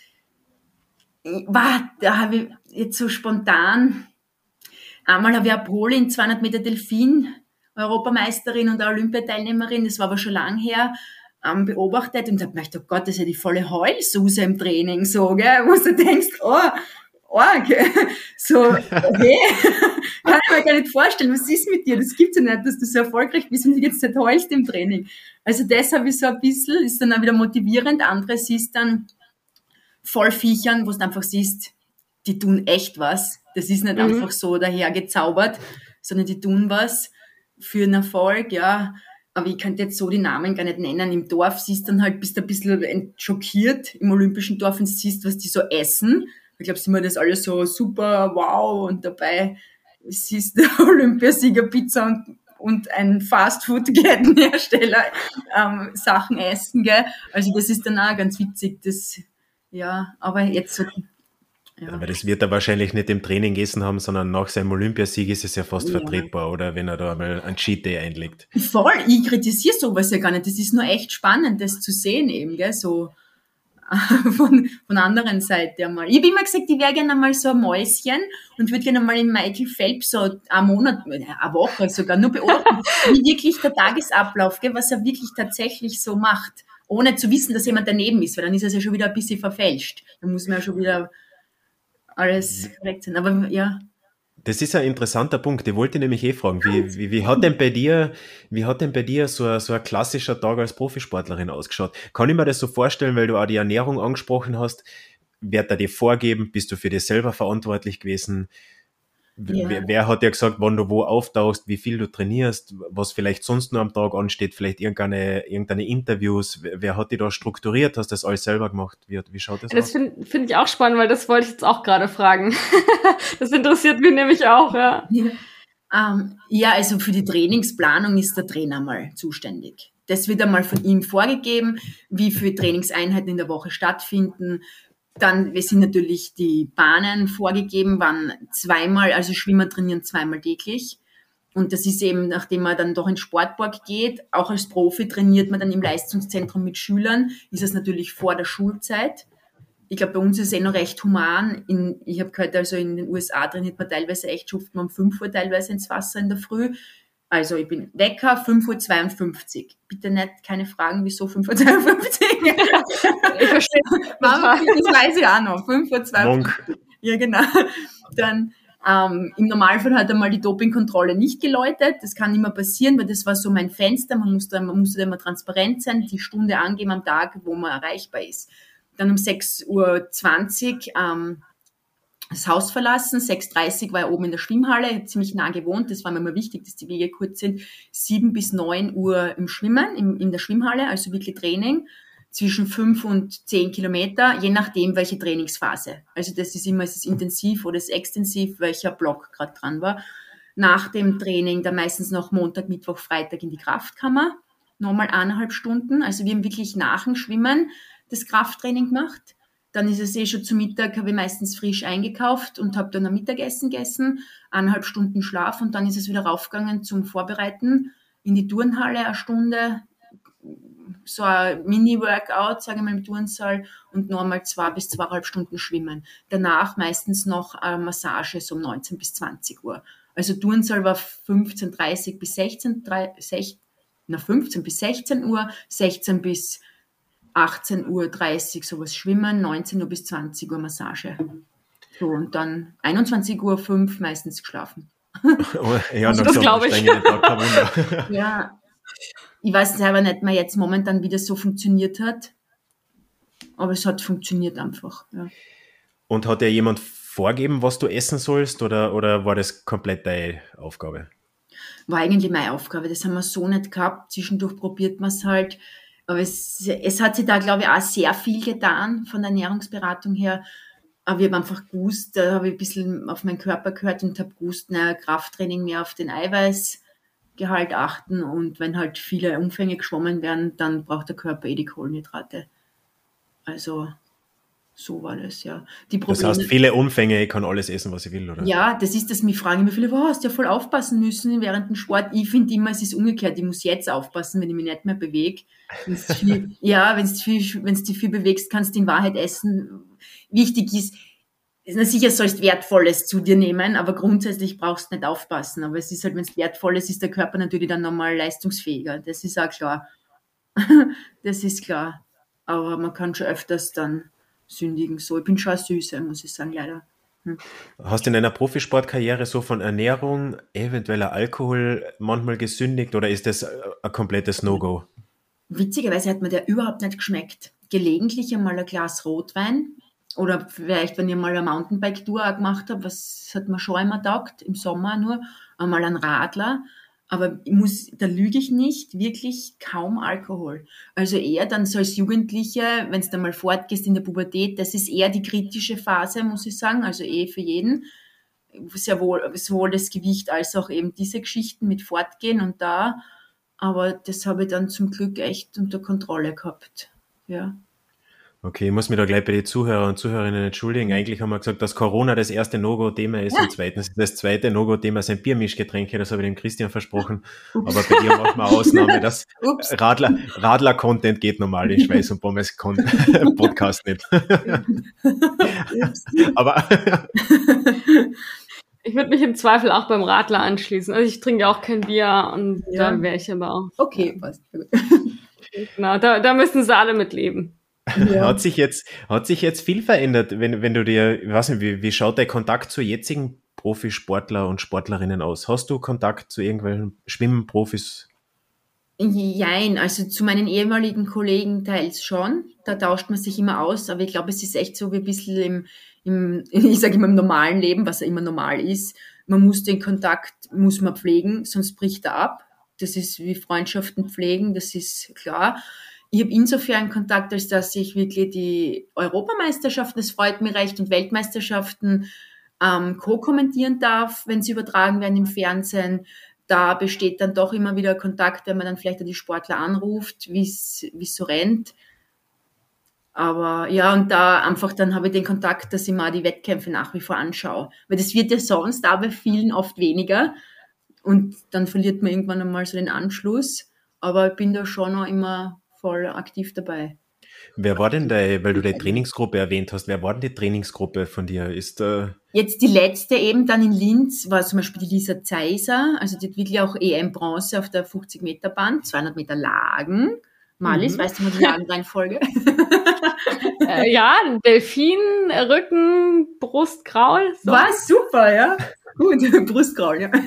Da habe ich jetzt so spontan, einmal habe ich eine Polin, 200 Meter Delfin, Europameisterin und Olympiateilnehmerin, das war aber schon lang her, beobachtet und habe mir gedacht, oh Gott, das ist ja die volle Heulsuse im Training, so, gell, wo du denkst, okay, so, okay, kann ich mir gar nicht vorstellen, was ist mit dir, das gibt's ja nicht, dass du so erfolgreich bist und du jetzt nicht heulst im Training. Also das habe ich so ein bisschen, ist dann auch wieder motivierend, anderes ist dann voll Viechern, wo du einfach siehst, die tun echt was, das ist nicht einfach so dahergezaubert, sondern die tun was für einen Erfolg, ja, aber ich könnte jetzt so die Namen gar nicht nennen. Im Dorf siehst dann halt, bist du ein bisschen schockiert im Olympischen Dorf und siehst, was die so essen. Ich glaube, immer das alles so super, wow, und dabei siehst du Olympiasieger Pizza und ein Fastfood-Kettenhersteller Sachen essen, gell. Also das ist dann auch ganz witzig, das, ja, aber jetzt so... Ja. Aber das wird er wahrscheinlich nicht im Training gegessen haben, sondern nach seinem Olympiasieg ist es ja fast vertretbar, oder wenn er da mal einen Cheat Day einlegt. Voll, ich kritisiere sowas ja gar nicht. Das ist nur echt spannend, das zu sehen eben, gell, so von anderen Seite einmal. Ich habe immer gesagt, ich wäre gerne einmal so ein Mäuschen und würde gerne einmal in Michael Phelps so einen Monat, eine Woche sogar, nur beobachten, wie wirklich der Tagesablauf, gell, was er wirklich tatsächlich so macht, ohne zu wissen, dass jemand daneben ist, weil dann ist es ja schon wieder ein bisschen verfälscht. Dann muss man ja schon wieder alles korrekt sein. Aber ja, Das ist ein interessanter Punkt. Ich wollte nämlich fragen, wie hat denn bei dir so ein klassischer Tag als Profisportlerin ausgeschaut? Kann ich mir das so vorstellen, weil du auch die Ernährung angesprochen hast? Wird er dir vorgeben? Bist du für dich selber verantwortlich gewesen? Ja. Wer hat dir gesagt, wann du wo auftauchst, wie viel du trainierst, was vielleicht sonst noch am Tag ansteht, vielleicht irgendeine Interviews? Wer hat dich da strukturiert? Hast du das alles selber gemacht? Wie schaut das aus? Das finde ich auch spannend, weil das wollte ich jetzt auch gerade fragen. Das interessiert mich nämlich auch, ja. Ja, also für die Trainingsplanung ist der Trainer mal zuständig. Das wird einmal von ihm vorgegeben, wie viele Trainingseinheiten in der Woche stattfinden. Dann, wir sind natürlich die Bahnen vorgegeben, wann zweimal, also Schwimmer trainieren zweimal täglich. Und das ist eben, nachdem man dann doch ins Sportpark geht, auch als Profi trainiert man dann im Leistungszentrum mit Schülern, ist es natürlich vor der Schulzeit. Ich glaube, bei uns ist es noch recht human. Ich habe gehört, also in den USA trainiert man teilweise echt, schupft man um 5 Uhr teilweise ins Wasser in der Früh. Also ich bin Wecker, 5:52 Uhr. Bitte nicht, keine Fragen, wieso 5:52 Uhr? Ich verstehe. Mama, das weiß ich auch noch, 5:52 Uhr. Ja, genau. Dann im Normalfall hat einmal die Dopingkontrolle nicht geläutet. Das kann immer passieren, weil das war so mein Fenster. Man musste immer transparent sein, die Stunde angeben am Tag, wo man erreichbar ist. Dann um 6:20 Uhr das Haus verlassen. 6:30 Uhr war ich oben in der Schwimmhalle. Ich habe ziemlich nah gewohnt. Das war mir immer wichtig, dass die Wege kurz sind. 7 bis 9 Uhr im Schwimmen, in der Schwimmhalle, also wirklich Training. Zwischen 5 und 10 Kilometer, je nachdem, welche Trainingsphase. Also das ist immer, ist es intensiv oder ist es extensiv, welcher Block gerade dran war. Nach dem Training dann meistens noch Montag, Mittwoch, Freitag in die Kraftkammer. Nochmal 1,5 Stunden. Also wir haben wirklich nach dem Schwimmen das Krafttraining gemacht. Dann ist es schon zu Mittag, habe ich meistens frisch eingekauft und habe dann ein Mittagessen gegessen, 1,5 Stunden Schlaf und dann ist es wieder raufgegangen zum Vorbereiten in die Turnhalle, 1 Stunde, so ein Mini-Workout, sage ich mal, im Turnsaal und nochmal 2 bis 2,5 Stunden schwimmen. Danach meistens noch eine Massage, so um 19 bis 20 Uhr. Also Turnsaal war 15:30 bis 15 bis 16 Uhr, 16 bis 18:30 Uhr sowas Schwimmen, 19 Uhr bis 20 Uhr Massage. So, und dann 21:05 Uhr meistens geschlafen. Ja, also das glaube ich. Ja, ich weiß selber nicht mehr jetzt momentan, wie das so funktioniert hat, aber es hat funktioniert einfach. Ja. Und hat dir jemand vorgeben, was du essen sollst oder war das komplett deine Aufgabe? War eigentlich meine Aufgabe, das haben wir so nicht gehabt. Zwischendurch probiert man es halt. Aber es hat sich da, glaube ich, auch sehr viel getan von der Ernährungsberatung her. Aber ich habe einfach gewusst, da habe ich ein bisschen auf meinen Körper gehört und habe gewusst, Krafttraining mehr auf den Eiweißgehalt achten. Und wenn halt viele Umfänge geschwommen werden, dann braucht der Körper die Kohlenhydrate. Also so war das, ja. Das heißt, viele Umfänge, ich kann alles essen, was ich will, oder? Ja, das ist das, mich fragen immer viele, hast du ja voll aufpassen müssen während dem Sport. Ich finde immer, es ist umgekehrt, ich muss jetzt aufpassen, wenn ich mich nicht mehr bewege. Wenn du dich viel bewegst, kannst du in Wahrheit essen. Wichtig ist, na sicher sollst Wertvolles zu dir nehmen, aber grundsätzlich brauchst du nicht aufpassen. Aber es ist halt, wenn es Wertvolles ist, der Körper natürlich dann nochmal leistungsfähiger. Das ist auch klar. Das ist klar. Aber man kann schon öfters dann sündigen. So, ich bin schon eine Süße, muss ich sagen, leider. Hast du in deiner Profisportkarriere so von Ernährung, eventueller Alkohol manchmal gesündigt oder ist das ein komplettes No-Go? Witzigerweise hat mir der überhaupt nicht geschmeckt. Gelegentlich einmal ein Glas Rotwein oder vielleicht, wenn ich mal eine Mountainbike-Tour gemacht habe, was hat mir schon immer taugt, im Sommer nur, einmal ein Radler. Aber da lüge ich nicht, wirklich kaum Alkohol. Also eher dann so als Jugendliche, wenn du dann mal fortgehst in der Pubertät, das ist eher die kritische Phase, muss ich sagen, also für jeden. Sehr wohl, sowohl das Gewicht als auch eben diese Geschichten mit Fortgehen und da. Aber das habe ich dann zum Glück echt unter Kontrolle gehabt, ja. Okay, ich muss mich da gleich bei den Zuhörern und Zuhörerinnen entschuldigen. Eigentlich haben wir gesagt, dass Corona das erste No-Go-Thema ist und zweitens das zweite No-Go-Thema sind Biermischgetränke, das habe ich dem Christian versprochen. Ups. Aber bei dir machen wir Ausnahme, dass Radler-Content geht normal in Schweiß und Pommes Podcast nicht. Aber ich würde mich im Zweifel auch beim Radler anschließen. Also ich trinke auch kein Bier und da wäre ich aber auch. Okay, passt. Genau, da müssen sie alle mit leben. Ja. Hat sich jetzt viel verändert, wenn du dir, ich weiß nicht, wie schaut dein Kontakt zur jetzigen Profisportler und Sportlerinnen aus? Hast du Kontakt zu irgendwelchen Schwimmprofis? Jein, also zu meinen ehemaligen Kollegen teils schon. Da tauscht man sich immer aus, aber ich glaube, es ist echt so wie ein bisschen ich sage immer im normalen Leben, was ja immer normal ist. Man muss den Kontakt, muss man pflegen, sonst bricht er ab. Das ist wie Freundschaften pflegen, das ist klar. Ich habe insofern Kontakt, als dass ich wirklich die Europameisterschaften, das freut mich recht, und Weltmeisterschaften co-kommentieren darf, wenn sie übertragen werden im Fernsehen. Da besteht dann doch immer wieder Kontakt, wenn man dann vielleicht die Sportler anruft, wie es so rennt. Aber ja, und da einfach dann habe ich den Kontakt, dass ich mal die Wettkämpfe nach wie vor anschaue. Weil das wird ja sonst da bei vielen oft weniger. Und dann verliert man irgendwann einmal so den Anschluss. Aber ich bin da schon noch immer voll aktiv dabei. Wer war denn weil du die Trainingsgruppe erwähnt hast, wer war denn die Trainingsgruppe von dir? Jetzt die letzte eben dann in Linz war zum Beispiel die Lisa Zeiser, also die hat wirklich auch EM-Bronze auf der 50-Meter-Bahn, 200 Meter Lagen. Marlies, weißt du mal die Lagenreihenfolge? Ja, Delfin, Rücken, Brust, Kraul. So. War super, ja. Gut, Brustkraul, ja.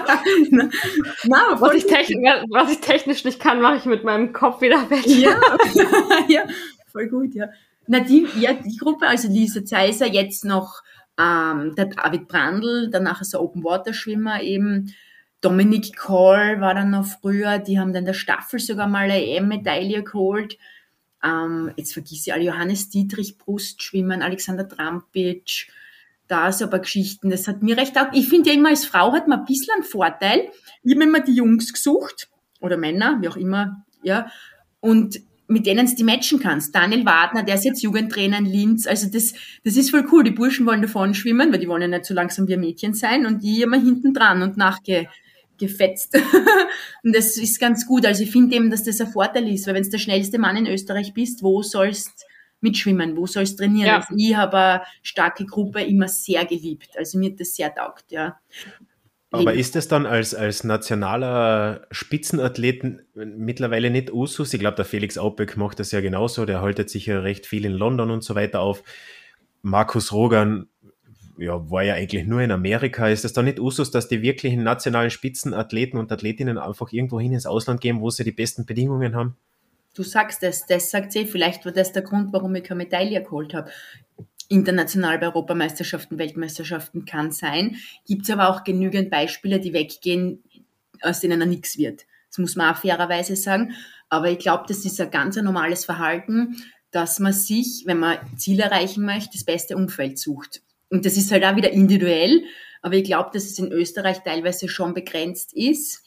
Was ich technisch nicht kann, mache ich mit meinem Kopf wieder weg. Ja, ja, voll gut, ja. Die Gruppe, also Lisa Zeiser, jetzt noch der David Brandl, danach ist er Open-Water-Schwimmer eben. Dominik Koll war dann noch früher, die haben dann der Staffel sogar mal eine EM-Medaille geholt. Jetzt vergiss ich alle, Johannes Dietrich, Brustschwimmen, Alexander Trampic, da so ein paar Geschichten, das hat mir recht auch, ich finde ja immer, als Frau hat man ein bisschen einen Vorteil. Ich habe immer die Jungs gesucht, oder Männer, wie auch immer, ja, und mit denen du die matchen kannst. Daniel Wadner, der ist jetzt Jugendtrainer in Linz, also das ist voll cool, die Burschen wollen davon schwimmen, weil die wollen ja nicht so langsam wie ein Mädchen sein, und die immer hinten dran und nachgefetzt. Und das ist ganz gut, also ich finde eben, dass das ein Vorteil ist, weil wenn du der schnellste Mann in Österreich bist, wo sollst mitschwimmen, wo sollst trainieren? Ja. Also ich habe eine starke Gruppe immer sehr geliebt, also mir hat das sehr taugt, ja. Aber ist das dann als nationaler Spitzenathlet mittlerweile nicht Usus? Ich glaube, der Felix Auböck macht das ja genauso, der haltet sich ja recht viel in London und so weiter auf. Markus Rogan war ja eigentlich nur in Amerika. Ist das dann nicht Usus, dass die wirklichen nationalen Spitzenathleten und Athletinnen einfach irgendwo hin ins Ausland gehen, wo sie die besten Bedingungen haben? Du sagst das sagt sie, vielleicht war das der Grund, warum ich keine Medaille geholt habe. International bei Europameisterschaften, Weltmeisterschaften kann sein. Gibt es aber auch genügend Beispiele, die weggehen, aus denen nichts wird. Das muss man auch fairerweise sagen. Aber ich glaube, das ist ein ganz normales Verhalten, dass man sich, wenn man Ziele erreichen möchte, das beste Umfeld sucht. Und das ist halt auch wieder individuell. Aber ich glaube, dass es in Österreich teilweise schon begrenzt ist.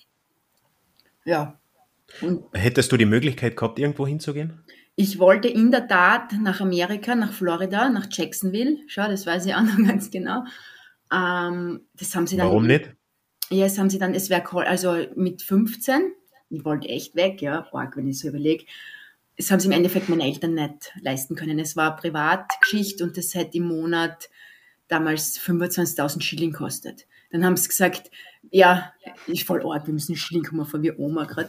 Ja. Und hättest du die Möglichkeit gehabt, irgendwo hinzugehen? Ich wollte in der Tat nach Amerika, nach Florida, nach Jacksonville. Schau, das weiß ich auch noch ganz genau. Das haben sie dann. Warum nicht? Ja, es wäre also mit 15. Ich wollte echt weg, ja, arg, wenn ich so überlege. Das haben sie im Endeffekt meine Eltern nicht leisten können. Es war eine Privatgeschichte und das hätte im Monat damals 25.000 Schilling kostet. Dann haben sie gesagt, ja, ist voll arg, wir müssen Schilling kommen von wie Oma gerade.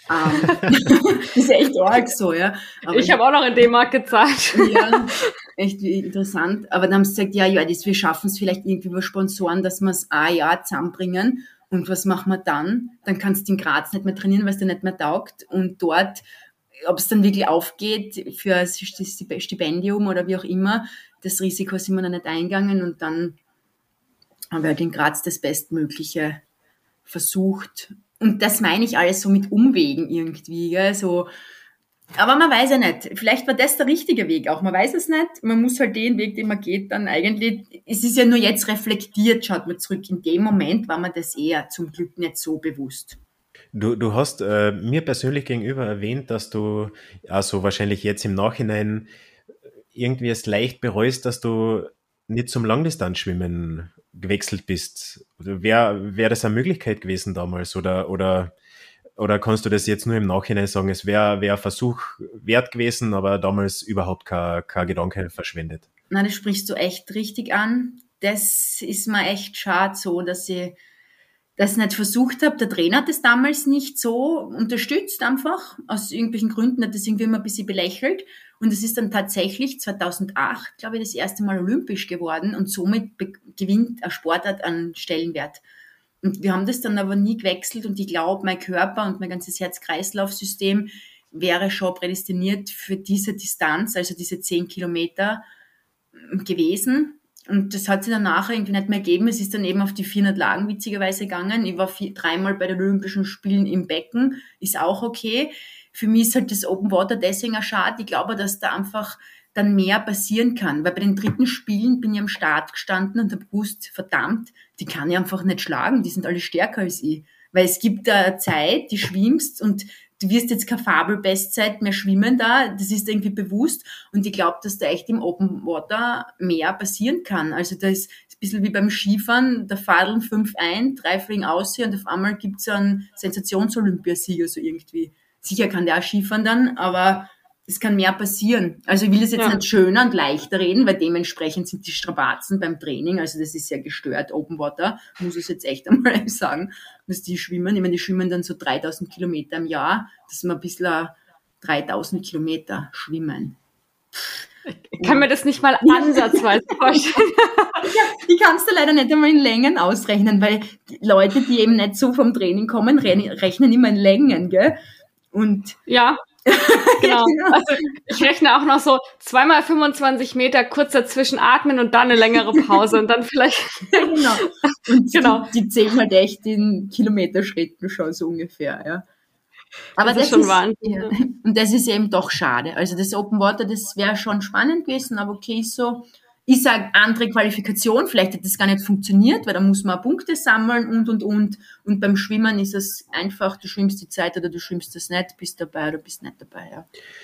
Das ist echt arg so, ja. Aber ich habe auch noch in D-Mark gezahlt. Ja, echt interessant. Aber dann haben sie gesagt, wir schaffen es vielleicht irgendwie über Sponsoren, dass wir es ein Jahr zusammenbringen. Und was machen wir dann? Dann kannst du in Graz nicht mehr trainieren, weil es dir nicht mehr taugt. Und dort, ob es dann wirklich aufgeht für das Stipendium oder wie auch immer, das Risiko sind wir dann nicht eingegangen. Und dann haben wir halt in Graz das Bestmögliche versucht. Und das meine ich alles so mit Umwegen irgendwie, gell? So. Aber man weiß ja nicht. Vielleicht war das der richtige Weg auch. Man weiß es nicht. Man muss halt den Weg, den man geht, dann eigentlich, es ist ja nur jetzt reflektiert, schaut man zurück. In dem Moment war mir das eher zum Glück nicht so bewusst. Du hast mir persönlich gegenüber erwähnt, dass du also wahrscheinlich jetzt im Nachhinein irgendwie es leicht bereust, dass du nicht zum Langdistanzschwimmen gewechselt bist. Wäre das eine Möglichkeit gewesen damals oder kannst du das jetzt nur im Nachhinein sagen, es wäre ein Versuch wert gewesen, aber damals überhaupt kein Gedanke verschwendet? Nein, das sprichst du echt richtig an. Das ist mir echt schade so, dass ich das nicht versucht habe. Der Trainer hat das damals nicht so unterstützt einfach. Aus irgendwelchen Gründen hat das irgendwie immer ein bisschen belächelt. Und es ist dann tatsächlich 2008, glaube ich, das erste Mal olympisch geworden und somit gewinnt ein Sportart an Stellenwert. Und wir haben das dann aber nie gewechselt und ich glaube, mein Körper und mein ganzes Herz-Kreislauf-System wäre schon prädestiniert für diese Distanz, also diese 10 Kilometer gewesen. Und das hat sich dann nachher irgendwie nicht mehr gegeben. Es ist dann eben auf die 400 Lagen witzigerweise gegangen. Ich war 3-mal bei den Olympischen Spielen im Becken, ist auch okay. Für mich ist halt das Open Water deswegen ein Schade. Ich glaube, dass da einfach dann mehr passieren kann. Weil bei den dritten Spielen bin ich am Start gestanden und habe gewusst, verdammt, die kann ich einfach nicht schlagen. Die sind alle stärker als ich. Weil es gibt da eine Zeit, die schwimmst und du wirst jetzt keine Fabel-Bestzeit mehr schwimmen da, das ist irgendwie bewusst und ich glaube, dass da echt im Open Water mehr passieren kann. Also da ist ein bisschen wie beim Skifahren, da fadeln 5 ein, 3 fliegen aus und auf einmal gibt's einen Sensations-Olympiasieger so irgendwie. Sicher kann der auch Skifahren dann, aber es kann mehr passieren. Also ich will das jetzt nicht schöner und leichter reden, weil dementsprechend sind die Strapazen beim Training, also das ist ja gestört, Open Water, muss ich jetzt echt einmal sagen, dass die schwimmen. Ich meine, die schwimmen dann so 3000 Kilometer im Jahr, dass wir ein bisschen 3000 Kilometer schwimmen. Ich kann mir das nicht mal ansatzweise vorstellen. Ich kann es da leider nicht einmal in Längen ausrechnen, weil die Leute, die eben nicht so vom Training kommen, rechnen immer in Längen, gell? Und ja. Genau. Also ich rechne auch noch so 2 mal 25 Meter kurz dazwischen atmen und dann eine längere Pause und dann vielleicht. Ja, genau. Und genau. Die zählen halt echt in Kilometerschritten schon so ungefähr, ja. Aber das ist schon Wahnsinn. Ja. Und das ist eben doch schade. Also das Open Water, das wäre schon spannend gewesen, aber okay, so. Ich sage, andere Qualifikation, vielleicht hat das gar nicht funktioniert, weil da muss man Punkte sammeln und. Und beim Schwimmen ist es einfach, du schwimmst die Zeit oder du schwimmst das nicht, bist dabei oder bist nicht dabei,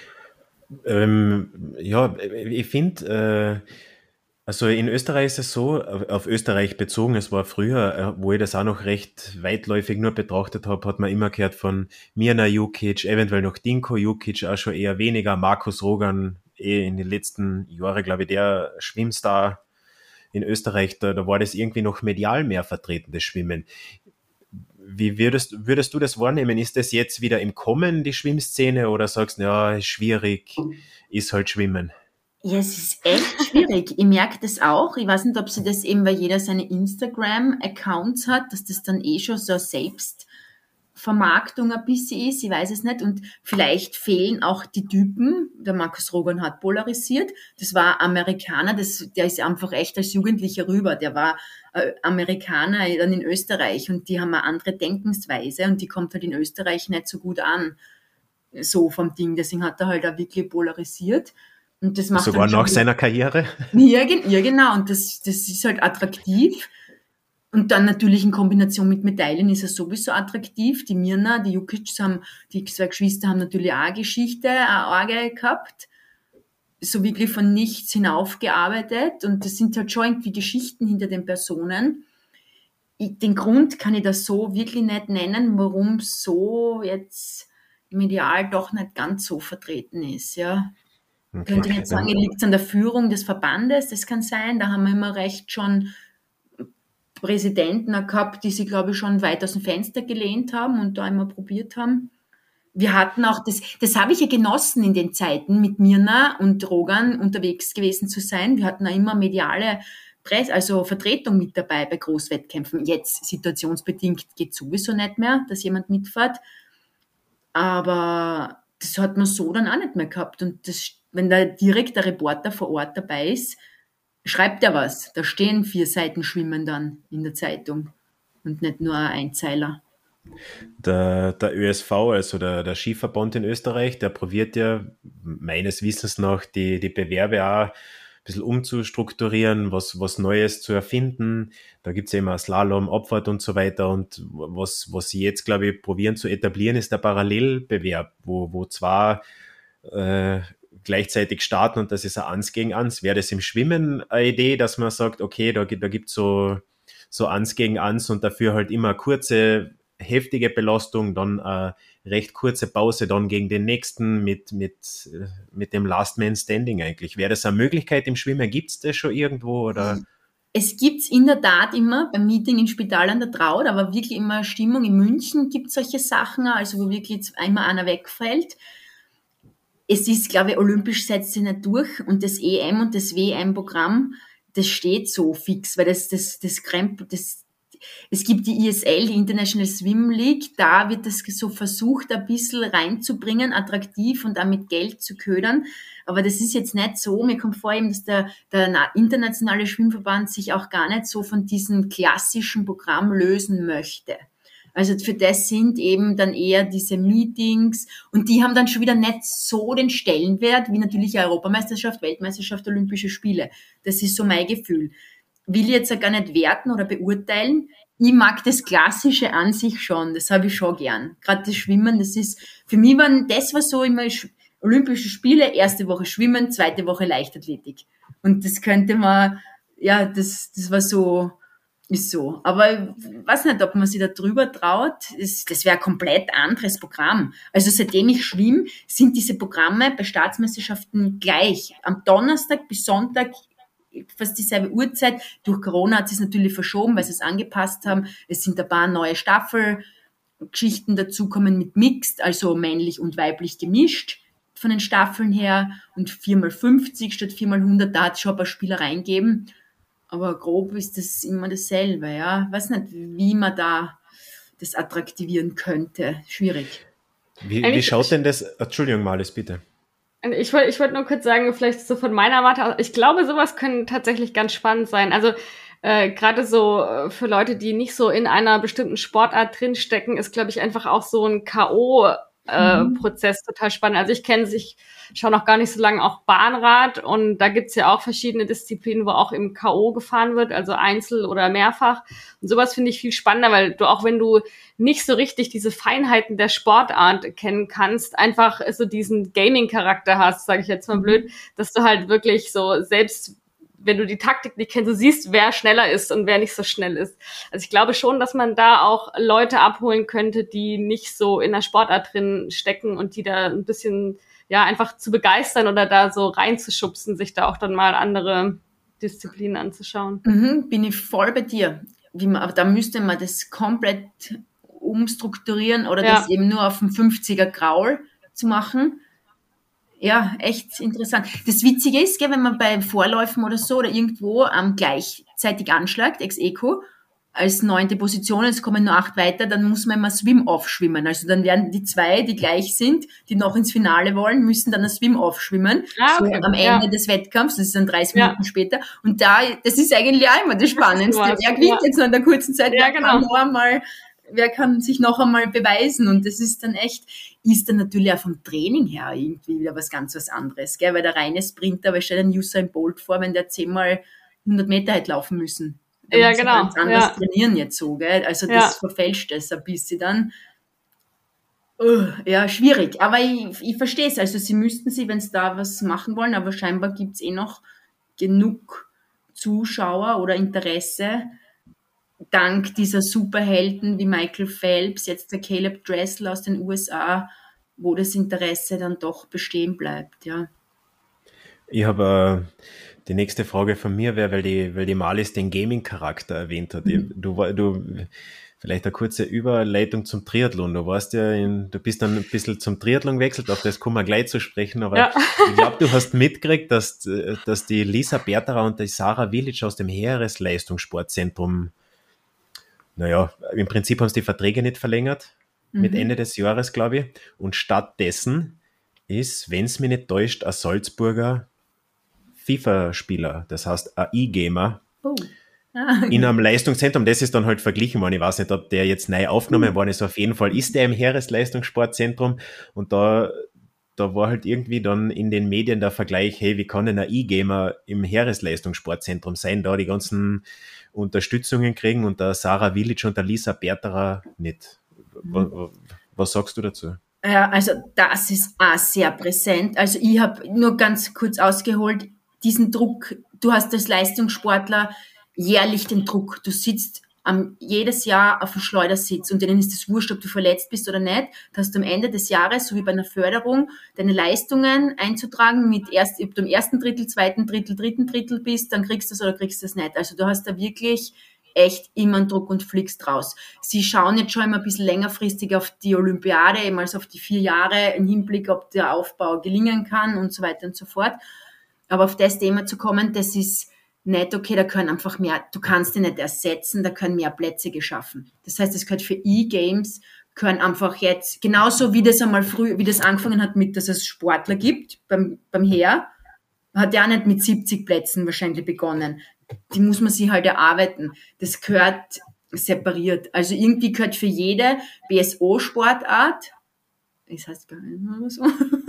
ja. Ich finde, also in Österreich ist es so, auf Österreich bezogen, es war früher, wo ich das auch noch recht weitläufig nur betrachtet habe, hat man immer gehört von Mirna Jukic, eventuell noch Dinko Jukic, auch schon eher weniger, Markus Rogan, in den letzten Jahren, glaube ich, der Schwimmstar in Österreich, da war das irgendwie noch medial mehr vertreten, das Schwimmen. Wie würdest du das wahrnehmen? Ist das jetzt wieder im Kommen, die Schwimmszene, oder sagst du, ja, ist schwierig, ist halt Schwimmen? Ja, es ist echt schwierig. Ich merke das auch. Ich weiß nicht, ob sie das eben, weil jeder seine Instagram-Accounts hat, dass das dann schon so Selbstvermarktung ein bisschen ist. Ich weiß es nicht. Und vielleicht fehlen auch die Typen. Der Markus Rogan hat polarisiert. Das war Amerikaner. Der ist einfach echt als Jugendlicher rüber. Der war Amerikaner dann in Österreich. Und die haben eine andere Denkensweise. Und die kommt halt in Österreich nicht so gut an. So vom Ding. Deswegen hat er halt auch wirklich polarisiert. Und das macht sogar nach seiner Karriere? Ja, genau. Und das ist halt attraktiv. Und dann natürlich in Kombination mit Medaillen ist er sowieso attraktiv. Die Mirna, die Jukic, die 2 Geschwister haben natürlich auch eine Geschichte, eine Orgel gehabt. So wirklich von nichts hinaufgearbeitet. Und das sind halt schon irgendwie Geschichten hinter den Personen. Den Grund kann ich da so wirklich nicht nennen, warum so jetzt medial doch nicht ganz so vertreten ist, ja. Okay. Könnte ich jetzt sagen, liegt es an der Führung des Verbandes, das kann sein, da haben wir immer recht schon Präsidenten gehabt, die sich, glaube ich, schon weit aus dem Fenster gelehnt haben und da immer probiert haben. Wir hatten auch, das habe ich ja genossen in den Zeiten, mit Mirna und Rogan unterwegs gewesen zu sein. Wir hatten auch immer mediale also Vertretung mit dabei bei Großwettkämpfen. Jetzt situationsbedingt geht sowieso nicht mehr, dass jemand mitfährt, aber das hat man so dann auch nicht mehr gehabt und wenn da direkt der Reporter vor Ort dabei ist, schreibt er was. Da stehen 4 Seiten Schwimmen dann in der Zeitung und nicht nur ein Einzeiler. Der ÖSV, also der Skiverband in Österreich, der probiert ja meines Wissens nach die Bewerbe auch ein bisschen umzustrukturieren, was Neues zu erfinden. Da gibt es ja immer Slalom, Abfahrt und so weiter. Und was sie jetzt, glaube ich, probieren zu etablieren, ist der Parallelbewerb, wo zwar gleichzeitig starten und das ist ein 1 gegen 1. Wäre das im Schwimmen eine Idee, dass man sagt, okay, da gibt so 1 gegen 1 und dafür halt immer kurze, heftige Belastung, dann eine recht kurze Pause, dann gegen den nächsten mit dem Last Man Standing eigentlich. Wäre das eine Möglichkeit im Schwimmen? Gibt es das schon irgendwo? Oder? Es gibt's in der Tat immer beim Meeting in Spital an der Traut, aber wirklich immer Stimmung. In München gibt's solche Sachen, also wo wirklich jetzt einmal einer wegfällt. es ist, glaube ich, olympisch setzt sich nicht durch und das EM und das WM-Programm, das steht so fix, weil es gibt die ISL, die International Swim League, da wird das so versucht, ein bisschen reinzubringen, attraktiv und auch mit Geld zu ködern. Aber das ist jetzt nicht so. Mir kommt vor eben, dass der internationale Schwimmverband sich auch gar nicht so von diesem klassischen Programm lösen möchte. Also für das sind eben dann eher diese Meetings und die haben dann schon wieder nicht so den Stellenwert wie natürlich eine Europameisterschaft, Weltmeisterschaft, Olympische Spiele. Das ist so mein Gefühl. Will ich jetzt auch gar nicht werten oder beurteilen. Ich mag das Klassische an sich schon, das habe ich schon gern. Gerade das Schwimmen, das ist, für mich war so immer Olympische Spiele, erste Woche Schwimmen, zweite Woche Leichtathletik. Und das könnte man, ja, das war so, ist so. Aber ich weiß nicht, ob man sich da drüber traut. Das wäre ein komplett anderes Programm. Also seitdem ich schwimme, sind diese Programme bei Staatsmeisterschaften gleich. Am Donnerstag bis Sonntag fast dieselbe Uhrzeit. Durch Corona hat es natürlich verschoben, weil sie es angepasst haben. Es sind ein paar neue Staffelgeschichten dazukommen mit Mixed, also männlich und weiblich gemischt von den Staffeln her. Und 4x50 statt 4x100, da hat es schon ein paar Spielereien gegeben. Aber grob ist das immer dasselbe, ja. Ich weiß nicht, wie man da das attraktivieren könnte. Schwierig. Wie schaut denn das? Entschuldigung, Marlies, bitte. Ich wollte nur kurz sagen, vielleicht so von meiner Warte aus, ich glaube, sowas können tatsächlich ganz spannend sein. Also gerade so für Leute, die nicht so in einer bestimmten Sportart drinstecken, ist, glaube ich, einfach auch so ein K.O.-Prozess total spannend. Also ich schaue noch gar nicht so lange auch Bahnrad und da gibt's ja auch verschiedene Disziplinen, wo auch im K.O. gefahren wird, also Einzel oder mehrfach. Und sowas finde ich viel spannender, weil du auch, wenn du nicht so richtig diese Feinheiten der Sportart kennen kannst, einfach so diesen Gaming-Charakter hast, sage ich jetzt mal blöd, dass du halt wirklich so selbst, wenn du die Taktik nicht kennst, du siehst, wer schneller ist und wer nicht so schnell ist. Also ich glaube schon, dass man da auch Leute abholen könnte, die nicht so in der Sportart drin stecken und die da ein bisschen, ja, einfach zu begeistern oder da so reinzuschubsen, sich da auch dann mal andere Disziplinen anzuschauen. Bin ich voll bei dir. Aber da müsste man das komplett umstrukturieren oder das eben nur auf dem 50er Graul zu machen. Ja, echt interessant. Das Witzige ist, gell, wenn man bei Vorläufen oder so oder irgendwo gleichzeitig anschlägt, ex aequo, als 9. Position, es kommen nur 8 weiter, dann muss man immer Swim-Off schwimmen. Also dann werden die 2, die gleich sind, die noch ins Finale wollen, müssen dann das Swim-Off schwimmen. Okay. So am Ende des Wettkampfs, das ist dann 30 Minuten später. Und das ist eigentlich auch immer das Spannendste. Wer gewinnt jetzt noch in der kurzen Zeit? Wer kann sich noch einmal beweisen? Und das ist dann natürlich auch vom Training her irgendwie wieder was anderes, gell? Weil der reine Sprinter, weil stell dir einen Usain Bolt vor, wenn der 10-mal 100 Meter hätte laufen müssen. Da muss ganz anders trainieren jetzt so, gell? Also das verfälscht es ein bisschen dann. Ja, schwierig. Aber ich verstehe es. Also sie müssten wenn sie da was machen wollen, aber scheinbar gibt's noch genug Zuschauer oder Interesse, dank dieser Superhelden wie Michael Phelps, jetzt der Caleb Dressel aus den USA, wo das Interesse dann doch bestehen bleibt, ja. Ich habe die nächste Frage von mir wäre, weil die Marlies den Gaming-Charakter erwähnt hat. Du vielleicht eine kurze Überleitung zum Triathlon. Du bist dann ein bisschen zum Triathlon gewechselt, auf das kommen wir gleich zu sprechen, aber ich glaube, du hast mitgekriegt, dass die Lisa Berterer und die Sarah Village aus dem Heeresleistungssportzentrum, im Prinzip haben sie die Verträge nicht verlängert, mit Ende des Jahres, glaube ich, und stattdessen ist, wenn es mich nicht täuscht, ein Salzburger FIFA-Spieler, das heißt ein E-Gamer, in einem Leistungszentrum, das ist dann halt verglichen worden. Ich weiß nicht, ob der jetzt neu aufgenommen worden ist. Auf jeden Fall ist der im Heeresleistungssportzentrum und da war halt irgendwie dann in den Medien der Vergleich, hey, wie kann denn ein E-Gamer im Heeresleistungssportzentrum sein, da die ganzen Unterstützungen kriegen und der Sarah Village und der Lisa Berterer nicht. Was sagst du dazu? Ja, also das ist auch sehr präsent. Also ich habe nur ganz kurz ausgeholt, diesen Druck, du hast als Leistungssportler jährlich den Druck, du sitzt jedes Jahr auf dem Schleudersitz und denen ist es wurscht, ob du verletzt bist oder nicht. Du hast am Ende des Jahres, so wie bei einer Förderung, deine Leistungen einzutragen mit ob du im ersten Drittel, zweiten Drittel, dritten Drittel bist, dann kriegst du es oder kriegst du es nicht. Also du hast da wirklich echt immer einen Druck und fliegst raus. Sie schauen jetzt schon immer ein bisschen längerfristig auf die Olympiade, eben als auf die 4 Jahre im Hinblick, ob der Aufbau gelingen kann und so weiter und so fort. Aber auf das Thema zu kommen, das ist nicht okay, da können einfach mehr, du kannst die nicht ersetzen, da können mehr Plätze geschaffen. Das heißt, es gehört für E-Games, können einfach jetzt, genauso wie das einmal früh, wie das angefangen hat mit, dass es Sportler gibt, beim Heer, hat ja auch nicht mit 70 Plätzen wahrscheinlich begonnen. Die muss man sich halt erarbeiten. Das gehört separiert. Also irgendwie gehört für jede BSO-Sportart, das heißt gar nicht mehr so,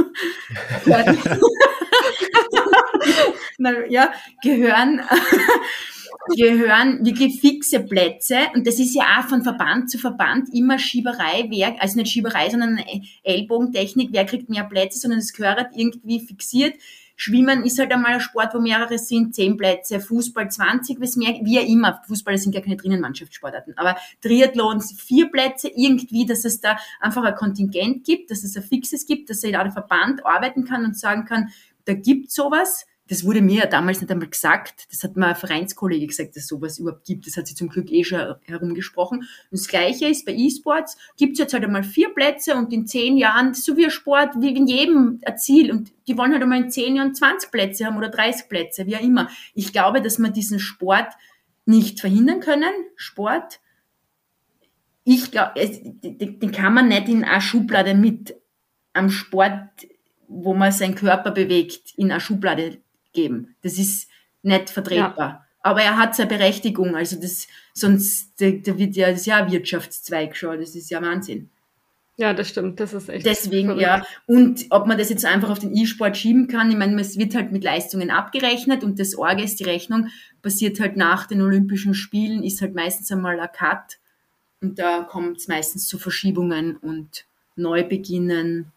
gehören wirklich fixe Plätze, und das ist ja auch von Verband zu Verband immer Schieberei, also nicht Schieberei, sondern Ellbogentechnik, wer kriegt mehr Plätze, sondern es gehört irgendwie fixiert. Schwimmen ist halt einmal ein Sport, wo mehrere sind, 10 Plätze, Fußball 20, wie auch immer. Fußball sind ja keine Drinnenmannschaftssportarten, aber Triathlon 4 Plätze, irgendwie, dass es da einfach ein Kontingent gibt, dass es ein fixes gibt, dass der Verband arbeiten kann und sagen kann, da gibt's sowas. Das wurde mir ja damals nicht einmal gesagt. Das hat mir ein Vereinskollege gesagt, dass es sowas überhaupt gibt. Das hat sich zum Glück schon herumgesprochen. Und das Gleiche ist bei E-Sports. Gibt's jetzt halt einmal 4 Plätze, und in 10 Jahren, so wie ein Sport, wie in jedem ein Ziel. Und die wollen halt einmal in 10 Jahren 20 Plätze haben oder 30 Plätze, wie auch immer. Ich glaube, dass wir diesen Sport nicht verhindern können. Sport. Ich glaube, den kann man nicht in eine Schublade mit am Sport, wo man seinen Körper bewegt, in eine Schublade geben. Das ist nicht vertretbar. Ja. Aber er hat seine Berechtigung, also sonst, da wird ja, das ist ja ein Wirtschaftszweig schon, das ist ja Wahnsinn. Ja, das stimmt, das ist echt. Deswegen, verrückt. ja. Und ob man das jetzt einfach auf den E-Sport schieben kann, ich meine, es wird halt mit Leistungen abgerechnet, und das Orge ist, die Rechnung passiert halt nach den Olympischen Spielen, ist halt meistens einmal ein Cut, und da kommt es meistens zu Verschiebungen und Neubeginnen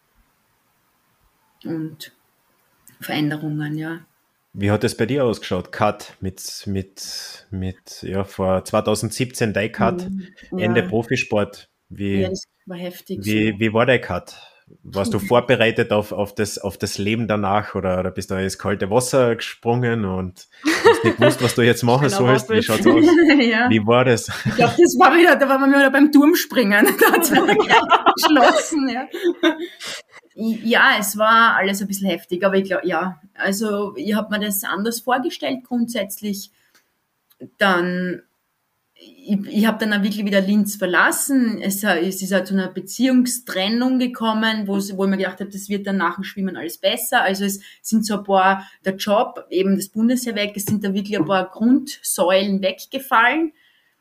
und Veränderungen, ja. Wie hat es bei dir ausgeschaut? Cut ja, vor 2017 dein Cut, Ende Profisport. Ja, das war heftig. Wie war dein Cut? Warst du vorbereitet auf das Leben danach, oder bist du ins kalte Wasser gesprungen und hast nicht gewusst, was du jetzt machen sollst? Wie schaut's aus? Ja. Wie war das? Ich glaube, da waren wir wieder beim Turmspringen. Da hat es geschlossen, ja. Ja, es war alles ein bisschen heftig, aber ich glaube, ja, also ich habe mir das anders vorgestellt grundsätzlich. Dann, ich habe dann auch wirklich wieder Linz verlassen. Es ist halt zu einer Beziehungstrennung gekommen, wo ich mir gedacht habe, das wird dann nach dem Schwimmen alles besser. Also es sind so ein paar, der Job, eben das Bundesheer weg, es sind da wirklich ein paar Grundsäulen weggefallen.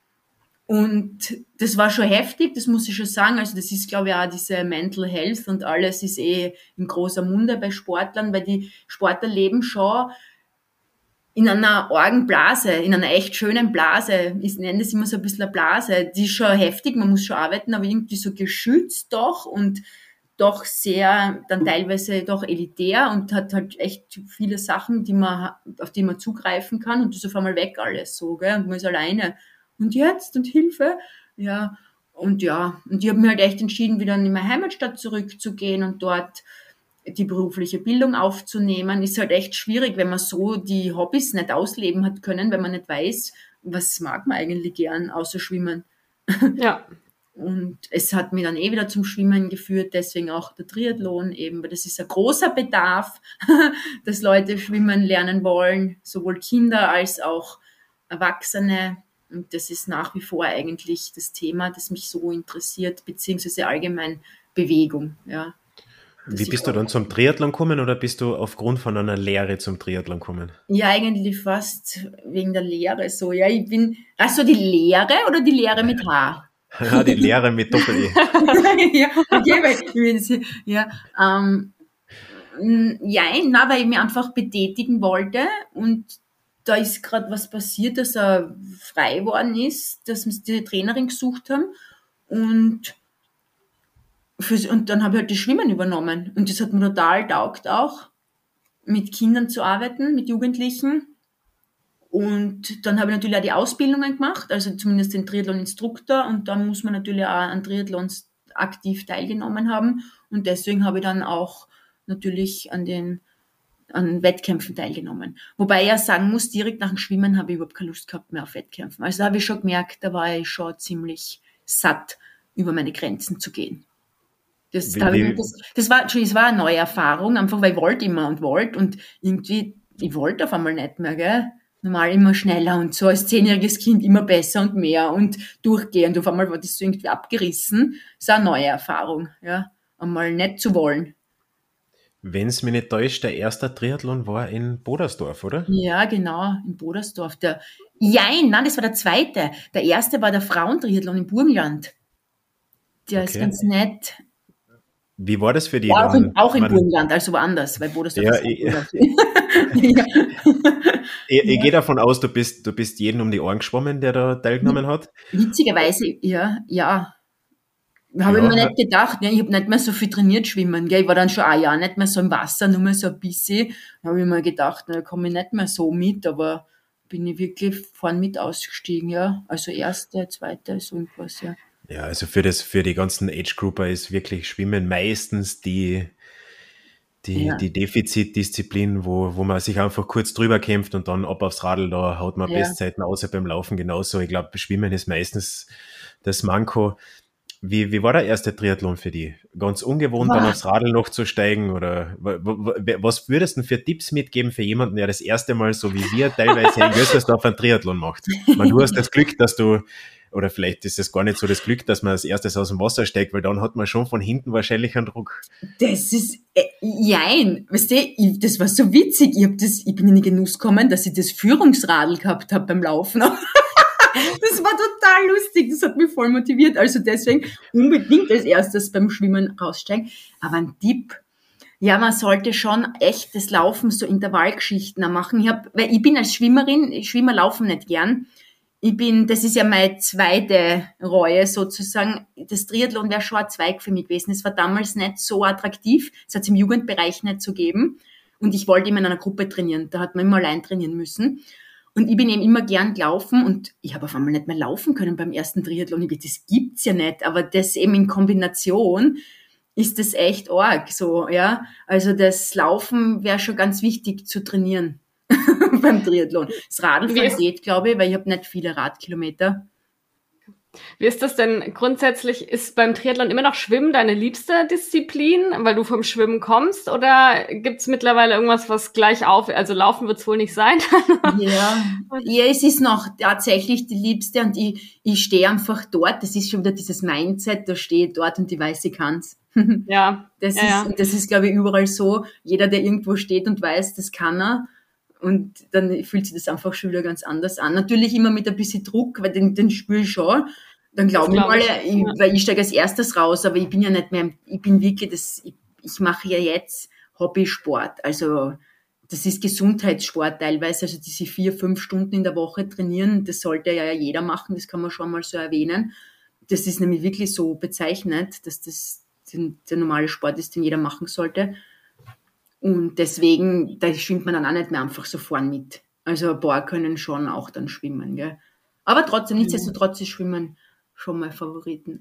Und das war schon heftig, das muss ich schon sagen. Also das ist, glaube ich, auch diese Mental Health und alles ist in großer Munde bei Sportlern, weil die Sportler leben schon in einer argen Blase, in einer echt schönen Blase. Ich nenne das immer so ein bisschen eine Blase. Die ist schon heftig, man muss schon arbeiten, aber irgendwie so geschützt doch und doch sehr, dann teilweise doch elitär und hat halt echt viele Sachen, auf die man zugreifen kann, und das ist auf einmal weg alles so, gell? Und man ist alleine. Und jetzt? Und Hilfe? Ja. Und ich habe mir halt echt entschieden, wieder in meine Heimatstadt zurückzugehen und dort die berufliche Bildung aufzunehmen. Ist halt echt schwierig, wenn man so die Hobbys nicht ausleben hat können, wenn man nicht weiß, was mag man eigentlich gern, außer Schwimmen. Ja. Und es hat mich dann wieder zum Schwimmen geführt, deswegen auch der Triathlon eben, weil das ist ein großer Bedarf, dass Leute schwimmen lernen wollen, sowohl Kinder als auch Erwachsene. Und das ist nach wie vor eigentlich das Thema, das mich so interessiert, beziehungsweise allgemein Bewegung. Ja. Wie bist du dann zum Triathlon gekommen, oder bist du aufgrund von einer Lehre zum Triathlon gekommen? Ja, eigentlich fast wegen der Lehre so. Ja, die Lehre oder die Lehre mit H? Ja, die Lehre mit Doppel-E. Ja, okay, weil ich mich einfach betätigen wollte, und da ist gerade was passiert, dass er frei worden ist, dass wir die Trainerin gesucht haben, und dann habe ich halt das Schwimmen übernommen, und das hat mir total taugt auch, mit Kindern zu arbeiten, mit Jugendlichen. Und dann habe ich natürlich auch die Ausbildungen gemacht, also zumindest den Triathlon-Instruktor, und dann muss man natürlich auch an Triathlons aktiv teilgenommen haben, und deswegen habe ich dann auch natürlich an den an Wettkämpfen teilgenommen. Wobei ich ja sagen muss, direkt nach dem Schwimmen habe ich überhaupt keine Lust gehabt mehr auf Wettkämpfen. Also da habe ich schon gemerkt, da war ich schon ziemlich satt, über meine Grenzen zu gehen. Das war eine neue Erfahrung, einfach weil ich wollte immer und irgendwie, ich wollte auf einmal nicht mehr, gell? Normal immer schneller und so als 10-jähriges Kind immer besser und mehr und durchgehend. Auf einmal war das so irgendwie abgerissen. Das ist eine neue Erfahrung, ja? Einmal nicht zu wollen. Wenn es mich nicht täuscht, der erste Triathlon war in Bodersdorf, oder? Ja, genau, in Bodersdorf. Nein, das war der zweite. Der erste war der Frauentriathlon im Burgenland. Der ist ganz nett. Wie war das für die? Ja, auch im Burgenland, also woanders, weil Bodersdorf ist Ich gehe davon aus, du bist jeden um die Ohren geschwommen, der da teilgenommen hat. Witzigerweise, ja. Habe ich mir nicht gedacht, ich habe nicht mehr so viel trainiert schwimmen, gell? Ich war dann schon ein Jahr nicht mehr so im Wasser, nur mehr so ein bisschen. Da habe ich mir gedacht, da komme ich nicht mehr so mit, aber bin ich wirklich vorn mit ausgestiegen, ja. Also erste, zweite, so irgendwas, ja. Ja, also für die ganzen Age-Grouper ist wirklich Schwimmen meistens die Defizitdisziplin, wo man sich einfach kurz drüber kämpft und dann ab aufs Radl, da haut man Bestzeiten außer beim Laufen genauso. Ich glaube, Schwimmen ist meistens das Manko. Wie war der erste Triathlon für dich? Ganz ungewohnt, dann aufs Radl noch zu steigen? Oder was würdest du für Tipps mitgeben für jemanden, der das erste Mal, so wie wir, teilweise in Gössersdorf einen Triathlon macht? Du hast das Glück, oder vielleicht ist es gar nicht so das Glück, dass man als erstes aus dem Wasser steigt, weil dann hat man schon von hinten wahrscheinlich einen Druck. Das ist, weißt du, das war so witzig. Ich bin in den Genuss gekommen, dass ich das Führungsradl gehabt habe beim Laufen. Das war total lustig, das hat mich voll motiviert. Also deswegen unbedingt als erstes beim Schwimmen raussteigen. Aber ein Tipp, ja, man sollte schon echt das Laufen, so Intervallgeschichten machen. Weil ich bin als Schwimmerin, ich schwimme laufen nicht gern. Das ist ja meine zweite Reue sozusagen. Das Triathlon wäre schon ein Zweig für mich gewesen. Es war damals nicht so attraktiv. Es hat es im Jugendbereich nicht so gegeben. Und ich wollte immer in einer Gruppe trainieren. Da hat man immer allein trainieren müssen. Und ich bin eben immer gern gelaufen und ich habe auf einmal nicht mehr laufen können beim ersten Triathlon. Das gibt's ja nicht, aber das eben in Kombination ist das echt arg, so, ja. Also das Laufen wäre schon ganz wichtig zu trainieren beim Triathlon. Das Radfahren geht, glaube ich, weil ich habe nicht viele Radkilometer. Wie ist das denn grundsätzlich? Ist beim Triathlon immer noch Schwimmen deine liebste Disziplin, weil du vom Schwimmen kommst? Oder gibt's mittlerweile irgendwas, was gleich also Laufen wird's wohl nicht sein? Ja, es ist noch tatsächlich die liebste und ich stehe einfach dort. Das ist schon wieder dieses Mindset, da stehe ich dort und ich weiß, ich kann's. Ja. Das ist, glaube ich, überall so. Jeder, der irgendwo steht und weiß, das kann er. Und dann fühlt sich das einfach schon wieder ganz anders an. Natürlich immer mit ein bisschen Druck, weil den spüre ich schon. Dann glauben wir alle, weil ich steige als erstes raus, aber ich bin ja nicht mehr, ich bin wirklich, ich mache ja jetzt Hobbysport. Also das ist Gesundheitssport teilweise, also diese 4-5 Stunden in der Woche trainieren, das sollte ja jeder machen, das kann man schon mal so erwähnen. Das ist nämlich wirklich so bezeichnet, dass das der normale Sport ist, den jeder machen sollte. Und deswegen, da schwimmt man dann auch nicht mehr einfach so vorn mit. Also ein paar können schon auch dann schwimmen, gell. Aber trotzdem, nichtsdestotrotz ist Schwimmen schon mal Favoriten.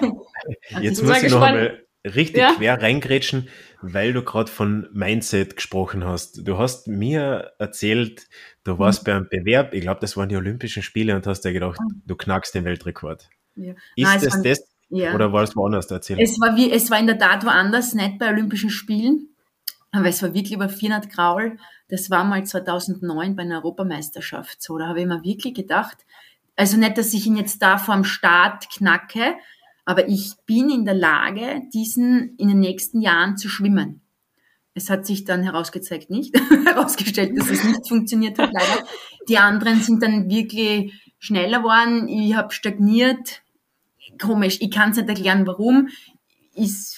Jetzt muss ich noch einmal richtig quer reingrätschen, weil du gerade von Mindset gesprochen hast. Du hast mir erzählt, du warst bei einem Bewerb, ich glaube, das waren die Olympischen Spiele und hast dir gedacht, du knackst den Weltrekord. Ja. Ist das oder war es woanders erzählt? Es war in der Tat woanders, nicht bei Olympischen Spielen. Aber es war wirklich über 400 Graul. Das war mal 2009 bei einer Europameisterschaft so. Da habe ich mir wirklich gedacht, also nicht, dass ich ihn jetzt da vorm Start knacke, aber ich bin in der Lage, diesen in den nächsten Jahren zu schwimmen. Es hat sich dann herausgezeigt herausgestellt, dass es nicht funktioniert hat, leider. Die anderen sind dann wirklich schneller geworden. Ich habe stagniert. Komisch, ich kann es nicht erklären, warum. Ist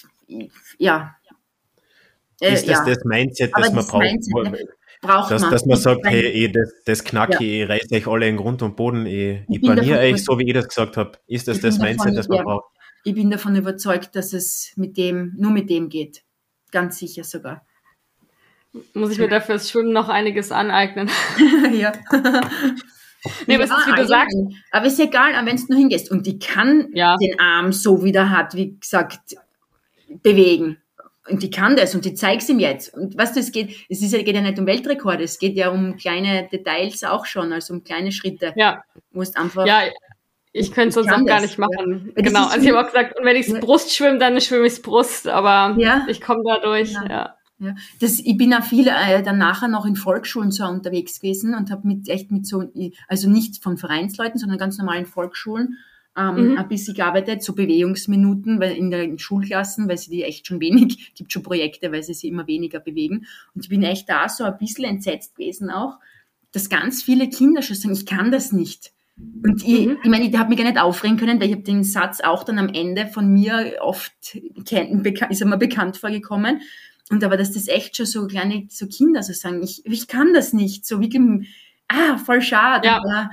das Mindset, das man braucht? Dass man sagt, hey, das knacke ich, ich reiße euch alle in Grund und Boden, ich baniere euch, so wie ich das gesagt habe. Ist das Mindset, das man braucht? Ich bin davon überzeugt, dass es nur mit dem geht. Ganz sicher sogar. Muss ich mir dafür das Schwimmen noch einiges aneignen. Ja. Nee, aber es ist, wie du sagst. Aber ist egal, wenn du nur hingehst. Und die kann den Arm so, wie der hat, wie gesagt, bewegen. Und die kann das und die zeig's ihm jetzt. Und weißt du, geht ja nicht um Weltrekorde, es geht ja um kleine Details auch schon, also um kleine Schritte. Ja. Wo es einfach. Ja, ich könnte es sonst auch gar nicht machen. Ja. Genau, also ich habe auch gesagt, und wenn ich Brust schwimme, dann schwimme ich Brust, aber ich komme da durch. Ja. Ja. Ich bin auch viel dann nachher noch in Volksschulen so unterwegs gewesen und habe mit so, also nicht von Vereinsleuten, sondern ganz normalen Volksschulen ein bisschen gearbeitet, so Bewegungsminuten, weil in den Schulklassen, weil sie die echt schon wenig, gibt schon Projekte, weil sie sich immer weniger bewegen. Und ich bin echt da so ein bisschen entsetzt gewesen auch, dass ganz viele Kinder schon sagen, ich kann das nicht. Und ich meine, ich habe mich gar nicht aufregen können, weil ich habe den Satz auch dann am Ende von mir oft, ist mir bekannt vorgekommen. Und aber, dass das echt schon so kleine, so Kinder so sagen, ich kann das nicht, so wirklich, voll schade. Ja. Oder,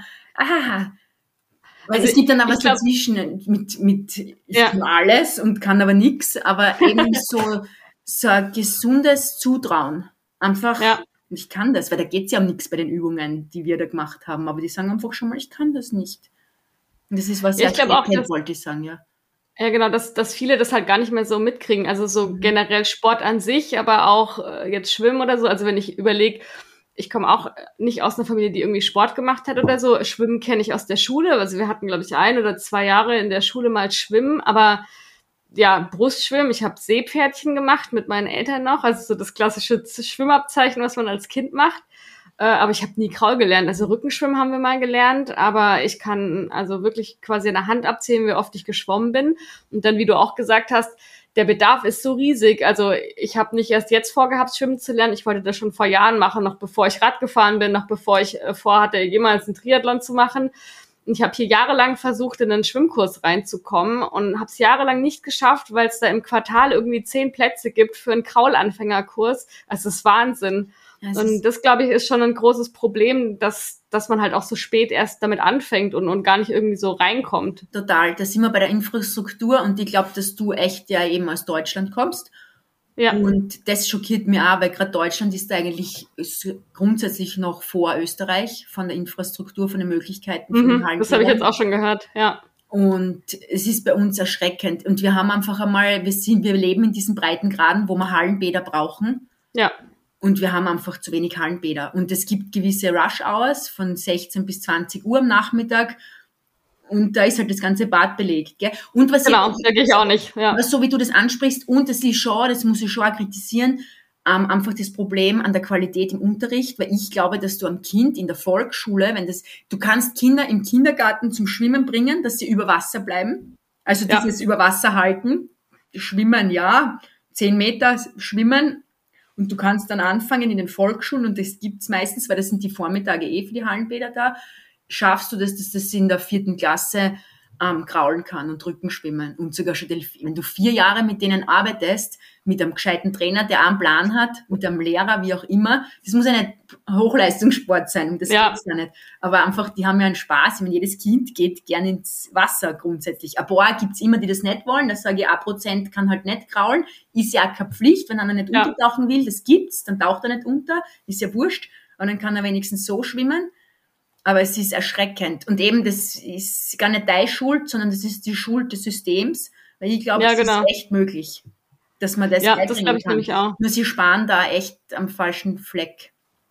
weil Also es gibt dann aber so dazwischen mit ich kann alles und kann aber nichts, aber eben so ein gesundes Zutrauen. Einfach, ich kann das, weil da geht's ja um nichts bei den Übungen, die wir da gemacht haben, aber die sagen einfach schon mal, ich kann das nicht. Und das ist was sehr schwer, wollte ich sagen, ja. Ja, genau, dass viele das halt gar nicht mehr so mitkriegen. Also so generell Sport an sich, aber auch jetzt Schwimmen oder so. Also wenn ich überlege, ich komme auch nicht aus einer Familie, die irgendwie Sport gemacht hat oder so. Schwimmen kenne ich aus der Schule. Also wir hatten, glaube ich, 1 oder 2 Jahre in der Schule mal Schwimmen. Aber ja, Brustschwimmen, ich habe Seepferdchen gemacht mit meinen Eltern noch. Also so das klassische Schwimmabzeichen, was man als Kind macht. Aber ich habe nie Kraul gelernt. Also Rückenschwimmen haben wir mal gelernt, aber ich kann also wirklich quasi in der Hand abzählen, wie oft ich geschwommen bin. Und dann, wie du auch gesagt hast, der Bedarf ist so riesig. Also ich habe nicht erst jetzt vorgehabt, schwimmen zu lernen. Ich wollte das schon vor Jahren machen, noch bevor ich Rad gefahren bin, noch bevor ich vorhatte, jemals einen Triathlon zu machen. Und ich habe hier jahrelang versucht, in einen Schwimmkurs reinzukommen und habe es jahrelang nicht geschafft, weil es da im Quartal irgendwie 10 Plätze gibt für einen Kraulanfängerkurs. Also das ist Wahnsinn. Und das, glaube ich, ist schon ein großes Problem, dass man halt auch so spät erst damit anfängt und gar nicht irgendwie so reinkommt. Total, da sind wir bei der Infrastruktur und ich glaube, dass du echt ja eben aus Deutschland kommst. Ja. Und das schockiert mich auch, weil gerade Deutschland ist eigentlich grundsätzlich noch vor Österreich von der Infrastruktur, von den Möglichkeiten. Von den das habe ich jetzt auch schon gehört, ja. Und es ist bei uns erschreckend. Und wir haben einfach einmal, wir leben in diesen Breitengraden, wo wir Hallenbäder brauchen. Ja. Und wir haben einfach zu wenig Hallenbäder. Und es gibt gewisse Rush-Hours von 16 bis 20 Uhr am Nachmittag. Und da ist halt das ganze Bad belegt. Gell? Und was genau, da gehe ich auch nicht. Ja. So wie du das ansprichst, und das muss ich schon auch kritisieren, einfach das Problem an der Qualität im Unterricht, weil ich glaube, dass du am Kind in der Volksschule, du kannst Kinder im Kindergarten zum Schwimmen bringen, dass sie über Wasser bleiben. Also dieses über Wasser halten, schwimmen, 10 Meter schwimmen. Und du kannst dann anfangen in den Volksschulen, und das gibt's meistens, weil das sind die Vormittage für die Hallenbäder da, schaffst du das, dass das in der 4. Klasse kraulen kann und Rückenschwimmen und sogar schon Delfin. Wenn du 4 Jahre mit denen arbeitest, mit einem gescheiten Trainer, der einen Plan hat, mit einem Lehrer, wie auch immer, das muss ja nicht Hochleistungssport sein, um das geht's ja nicht. Aber einfach, die haben ja einen Spaß. Ich meine, jedes Kind geht gerne ins Wasser grundsätzlich. Ein paar gibt's immer, die das nicht wollen. Da sage ich, 1% kann halt nicht kraulen. Ist ja auch keine Pflicht. Wenn einer nicht untertauchen will, das gibt's, dann taucht er nicht unter. Ist ja wurscht. Und dann kann er wenigstens so schwimmen. Aber es ist erschreckend. Und eben, das ist gar nicht deine Schuld, sondern das ist die Schuld des Systems. Weil ich glaube, es ist echt möglich, dass man das das glaube ich nämlich auch. Nur sie sparen da echt am falschen Fleck.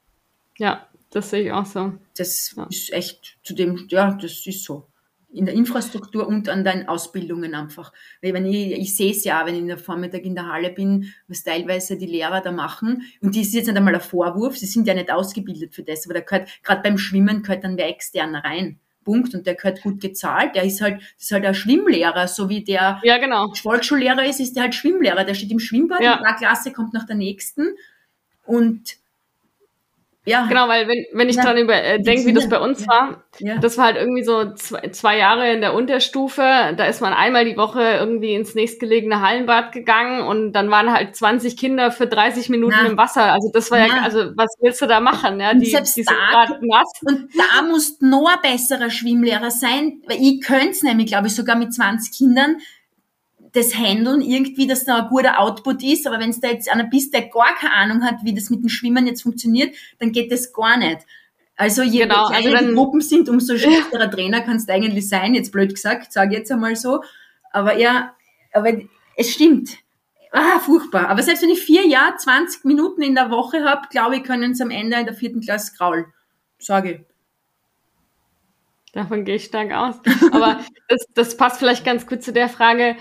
Ja, das sehe ich auch so. Das ist echt das ist so. In der Infrastruktur und an deinen Ausbildungen einfach. Weil ich sehe es ja, wenn ich in der Vormittag in der Halle bin, was teilweise die Lehrer da machen. Und das ist jetzt nicht einmal ein Vorwurf, sie sind ja nicht ausgebildet für das, aber da gehört, gerade beim Schwimmen gehört dann wer extern rein. Punkt. Und der gehört gut gezahlt. Das ist halt ein Schwimmlehrer, so wie der Volksschullehrer ist der halt Schwimmlehrer. Der steht im Schwimmbad, und eine Klasse kommt nach der nächsten. Und genau, weil wenn ich dran denke, wie das bei uns war, das war halt irgendwie so 2 Jahre in der Unterstufe, da ist man einmal die Woche irgendwie ins nächstgelegene Hallenbad gegangen und dann waren halt 20 Kinder für 30 Minuten im Wasser. Also das war also was willst du da machen? Ja, die sind gerade nass. Und da muss noch ein besserer Schwimmlehrer sein, weil ich könnte es nämlich, glaube ich, sogar mit 20 Kindern das handeln irgendwie, dass da ein guter Output ist, aber wenn es da jetzt einer bist, der gar keine Ahnung hat, wie das mit dem Schwimmen jetzt funktioniert, dann geht das gar nicht. Also je kleiner die Gruppen sind, umso schlechterer Trainer kannst du eigentlich sein, jetzt blöd gesagt, sage ich jetzt einmal so, aber es stimmt. furchtbar. Aber selbst wenn ich 4 Jahre, 20 Minuten in der Woche habe, glaube ich, können es am Ende in der 4. Klasse kraulen. Sage ich. Davon gehe ich stark aus. Aber das passt vielleicht ganz gut zu der Frage,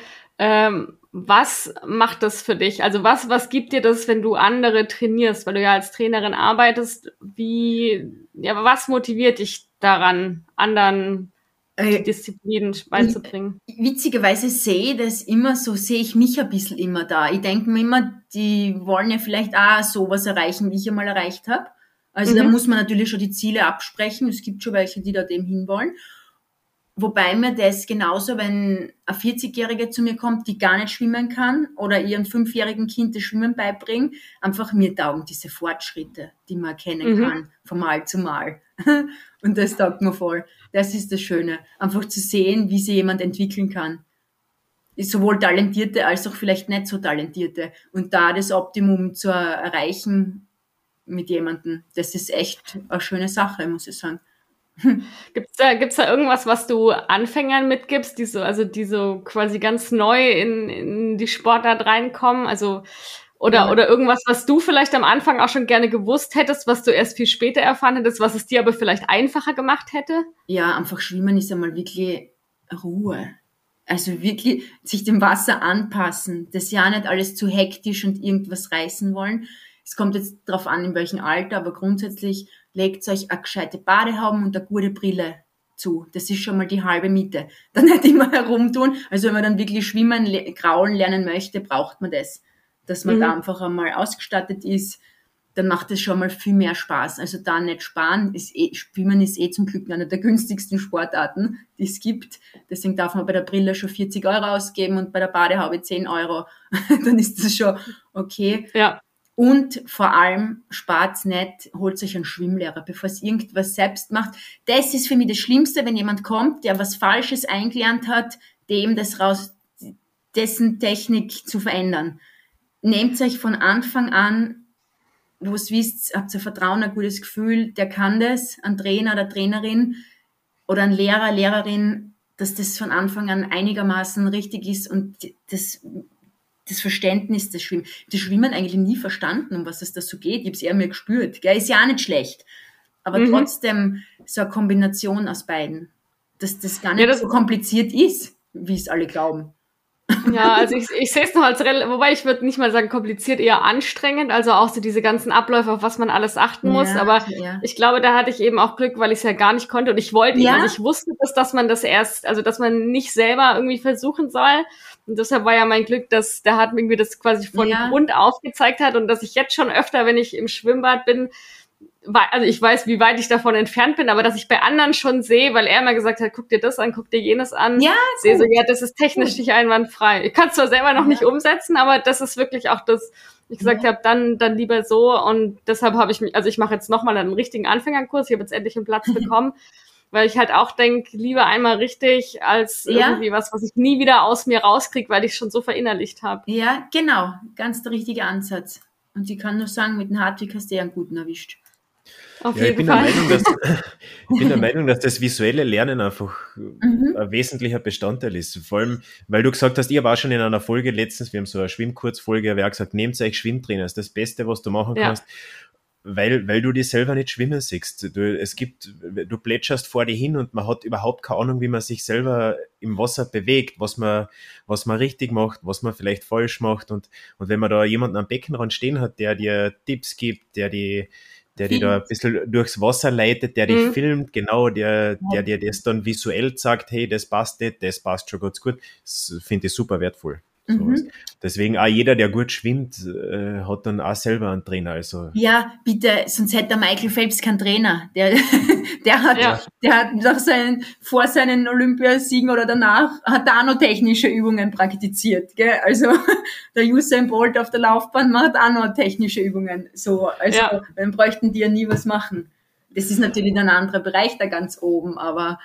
was macht das für dich? Also was gibt dir das, wenn du andere trainierst? Weil du ja als Trainerin arbeitest, was motiviert dich daran, anderen die Disziplinen beizubringen? Witzigerweise sehe ich mich ein bisschen immer da. Ich denke mir immer, die wollen ja vielleicht auch sowas erreichen, wie ich einmal erreicht habe. Also da muss man natürlich schon die Ziele absprechen. Es gibt schon welche, die da dem hinwollen. Wobei mir das genauso, wenn eine 40-Jährige zu mir kommt, die gar nicht schwimmen kann oder ihrem 5-jährigen Kind das Schwimmen beibringen, einfach mir taugen diese Fortschritte, die man erkennen kann, von Mal zu Mal. Und das taugt mir voll. Das ist das Schöne. Einfach zu sehen, wie sich jemand entwickeln kann. Sowohl Talentierte als auch vielleicht nicht so Talentierte. Und da das Optimum zu erreichen mit jemandem, das ist echt eine schöne Sache, muss ich sagen. Gibt's da irgendwas, was du Anfängern mitgibst, die so quasi ganz neu in die Sportart reinkommen? Also, oder irgendwas, was du vielleicht am Anfang auch schon gerne gewusst hättest, was du erst viel später erfahren hättest, was es dir aber vielleicht einfacher gemacht hätte? Ja, einfach Schwimmen ist einmal wirklich Ruhe. Also wirklich sich dem Wasser anpassen. Das ja nicht alles zu hektisch und irgendwas reißen wollen. Es kommt jetzt drauf an, in welchem Alter, aber grundsätzlich legt euch eine gescheite Badehauben und eine gute Brille zu. Das ist schon mal die halbe Miete. Dann nicht immer herumtun. Also wenn man dann wirklich schwimmen, kraulen lernen möchte, braucht man das. Dass man da einfach einmal ausgestattet ist, dann macht es schon mal viel mehr Spaß. Also da nicht sparen. Schwimmen ist zum Glück eine der günstigsten Sportarten, die es gibt. Deswegen darf man bei der Brille schon 40 € ausgeben und bei der Badehaube 10 €. Dann ist das schon okay. Ja. Und vor allem spart's nicht, holt euch einen Schwimmlehrer, bevor es irgendwas selbst macht. Das ist für mich das Schlimmste, wenn jemand kommt, der was Falsches eingelernt hat, dessen Technik zu verändern. Nehmt euch von Anfang an, wo es wisst, habt ihr Vertrauen, ein gutes Gefühl, der kann das, ein Trainer oder Trainerin oder ein Lehrer, Lehrerin, dass das von Anfang an einigermaßen richtig ist und das Verständnis des Schwimmen. Das Schwimmen eigentlich nie verstanden, um was es da so geht. Ich habe es eher mehr gespürt. Gell? Ist ja auch nicht schlecht. Aber trotzdem so eine Kombination aus beiden. Dass das gar nicht so kompliziert ist, wie es alle glauben. Ja, also ich sehe es noch als wobei ich würde nicht mal sagen kompliziert, eher anstrengend, also auch so diese ganzen Abläufe, auf was man alles achten muss, aber ich glaube, da hatte ich eben auch Glück, weil ich es ja gar nicht konnte und ich wollte also ich wusste dass man dass man nicht selber irgendwie versuchen soll und deshalb war ja mein Glück, dass der hat mir irgendwie das quasi von Grund auf gezeigt hat und dass ich jetzt schon öfter, wenn ich im Schwimmbad bin, also ich weiß, wie weit ich davon entfernt bin, aber dass ich bei anderen schon sehe, weil er immer gesagt hat, guck dir das an, guck dir jenes an. Ja, sehe so, das ist technisch nicht einwandfrei. Ich kann es zwar selber noch nicht umsetzen, aber das ist wirklich auch das, ich gesagt habe, dann lieber so und deshalb habe ich mich, also ich mache jetzt nochmal einen richtigen Anfängerkurs, ich habe jetzt endlich einen Platz bekommen, weil ich halt auch denke, lieber einmal richtig als irgendwie was ich nie wieder aus mir rauskriege, weil ich es schon so verinnerlicht habe. Ja, genau, ganz der richtige Ansatz. Und ich kann nur sagen, mit dem Hartwig hast du einen guten erwischt. Auf jeden Fall. Ich bin der Meinung, dass das visuelle Lernen einfach ein wesentlicher Bestandteil ist. Vor allem, weil du gesagt hast, ich habe auch schon in einer Folge letztens, wir haben so eine Schwimmkurzfolge, habe ich auch gesagt, nehmt euch Schwimmtrainer, das ist das Beste, was du machen kannst, weil du dich selber nicht schwimmen siehst. Du plätscherst vor dir hin und man hat überhaupt keine Ahnung, wie man sich selber im Wasser bewegt, was man richtig macht, was man vielleicht falsch macht und wenn man da jemanden am Beckenrand stehen hat, der dir Tipps gibt, der die da ein bisschen durchs Wasser leitet, der dich filmt, genau, der dir das dann visuell sagt, hey, das passt nicht, das passt schon ganz gut. Das finde ich super wertvoll. Deswegen auch jeder, der gut schwimmt, hat dann auch selber einen Trainer. Also. Ja, bitte, sonst hätte der Michael Phelps keinen Trainer. Der hat vor seinen Olympiasiegen oder danach, hat er auch noch technische Übungen praktiziert, gell? Also, der Usain Bolt auf der Laufbahn macht auch noch technische Übungen. So, also, dann bräuchten die ja nie was machen. Das ist natürlich ein anderer Bereich da ganz oben, aber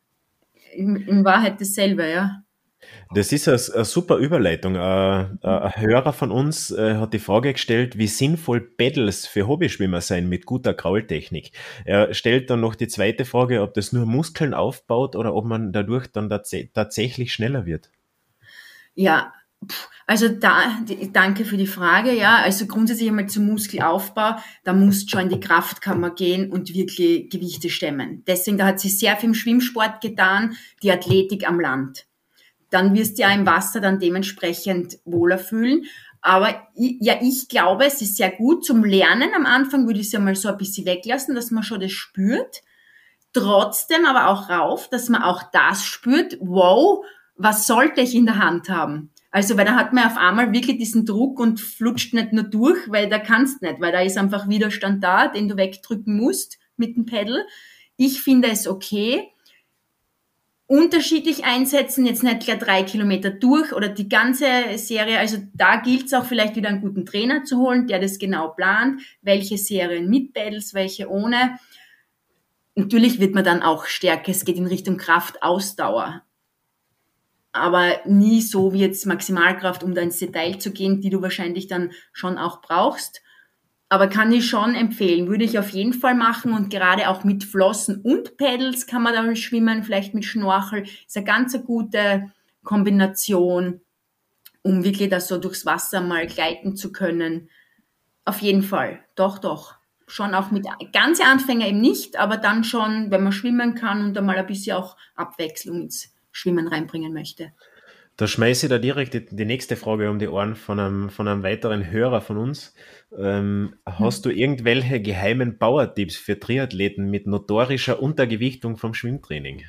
in Wahrheit dasselbe, ja. Das ist eine super Überleitung. Ein Hörer von uns hat die Frage gestellt, wie sinnvoll Paddles für Hobbyschwimmer sein mit guter Kraultechnik. Er stellt dann noch die zweite Frage, ob das nur Muskeln aufbaut oder ob man dadurch dann tatsächlich schneller wird. Ja, Also danke für die Frage, ja. Also grundsätzlich einmal zum Muskelaufbau, da musst du schon in die Kraftkammer gehen und wirklich Gewichte stemmen. Deswegen, da hat sich sehr viel im Schwimmsport getan, die Athletik am Land. Dann wirst du ja im Wasser dann dementsprechend wohler fühlen. Aber ich glaube, es ist sehr gut zum Lernen. Am Anfang würde ich es ja mal so ein bisschen weglassen, dass man schon das spürt. Trotzdem aber auch rauf, dass man auch das spürt, wow, was sollte ich in der Hand haben? Also, weil da hat man auf einmal wirklich diesen Druck und flutscht nicht nur durch, weil da kannst nicht, weil da ist einfach Widerstand da, den du wegdrücken musst mit dem Pedal. Ich finde es okay. Unterschiedlich einsetzen, jetzt nicht gleich 3 Kilometer durch oder die ganze Serie. Also da gilt es auch vielleicht wieder einen guten Trainer zu holen, der das genau plant, welche Serien mit Pedals, welche ohne. Natürlich wird man dann auch stärker, es geht in Richtung Kraft, Ausdauer. Aber nie so wie jetzt Maximalkraft, um da ins Detail zu gehen, die du wahrscheinlich dann schon auch brauchst. Aber kann ich schon empfehlen, würde ich auf jeden Fall machen und gerade auch mit Flossen und Pedals kann man dann schwimmen, vielleicht mit Schnorchel. Ist eine ganz gute Kombination, um wirklich das so durchs Wasser mal gleiten zu können. Auf jeden Fall, doch. Schon auch mit ganze Anfänger eben nicht, aber dann schon, wenn man schwimmen kann und dann mal ein bisschen auch Abwechslung ins Schwimmen reinbringen möchte. Da schmeiße ich da direkt die nächste Frage um die Ohren von einem weiteren Hörer von uns. Hast du irgendwelche geheimen Power-Tipps für Triathleten mit notorischer Untergewichtung vom Schwimmtraining?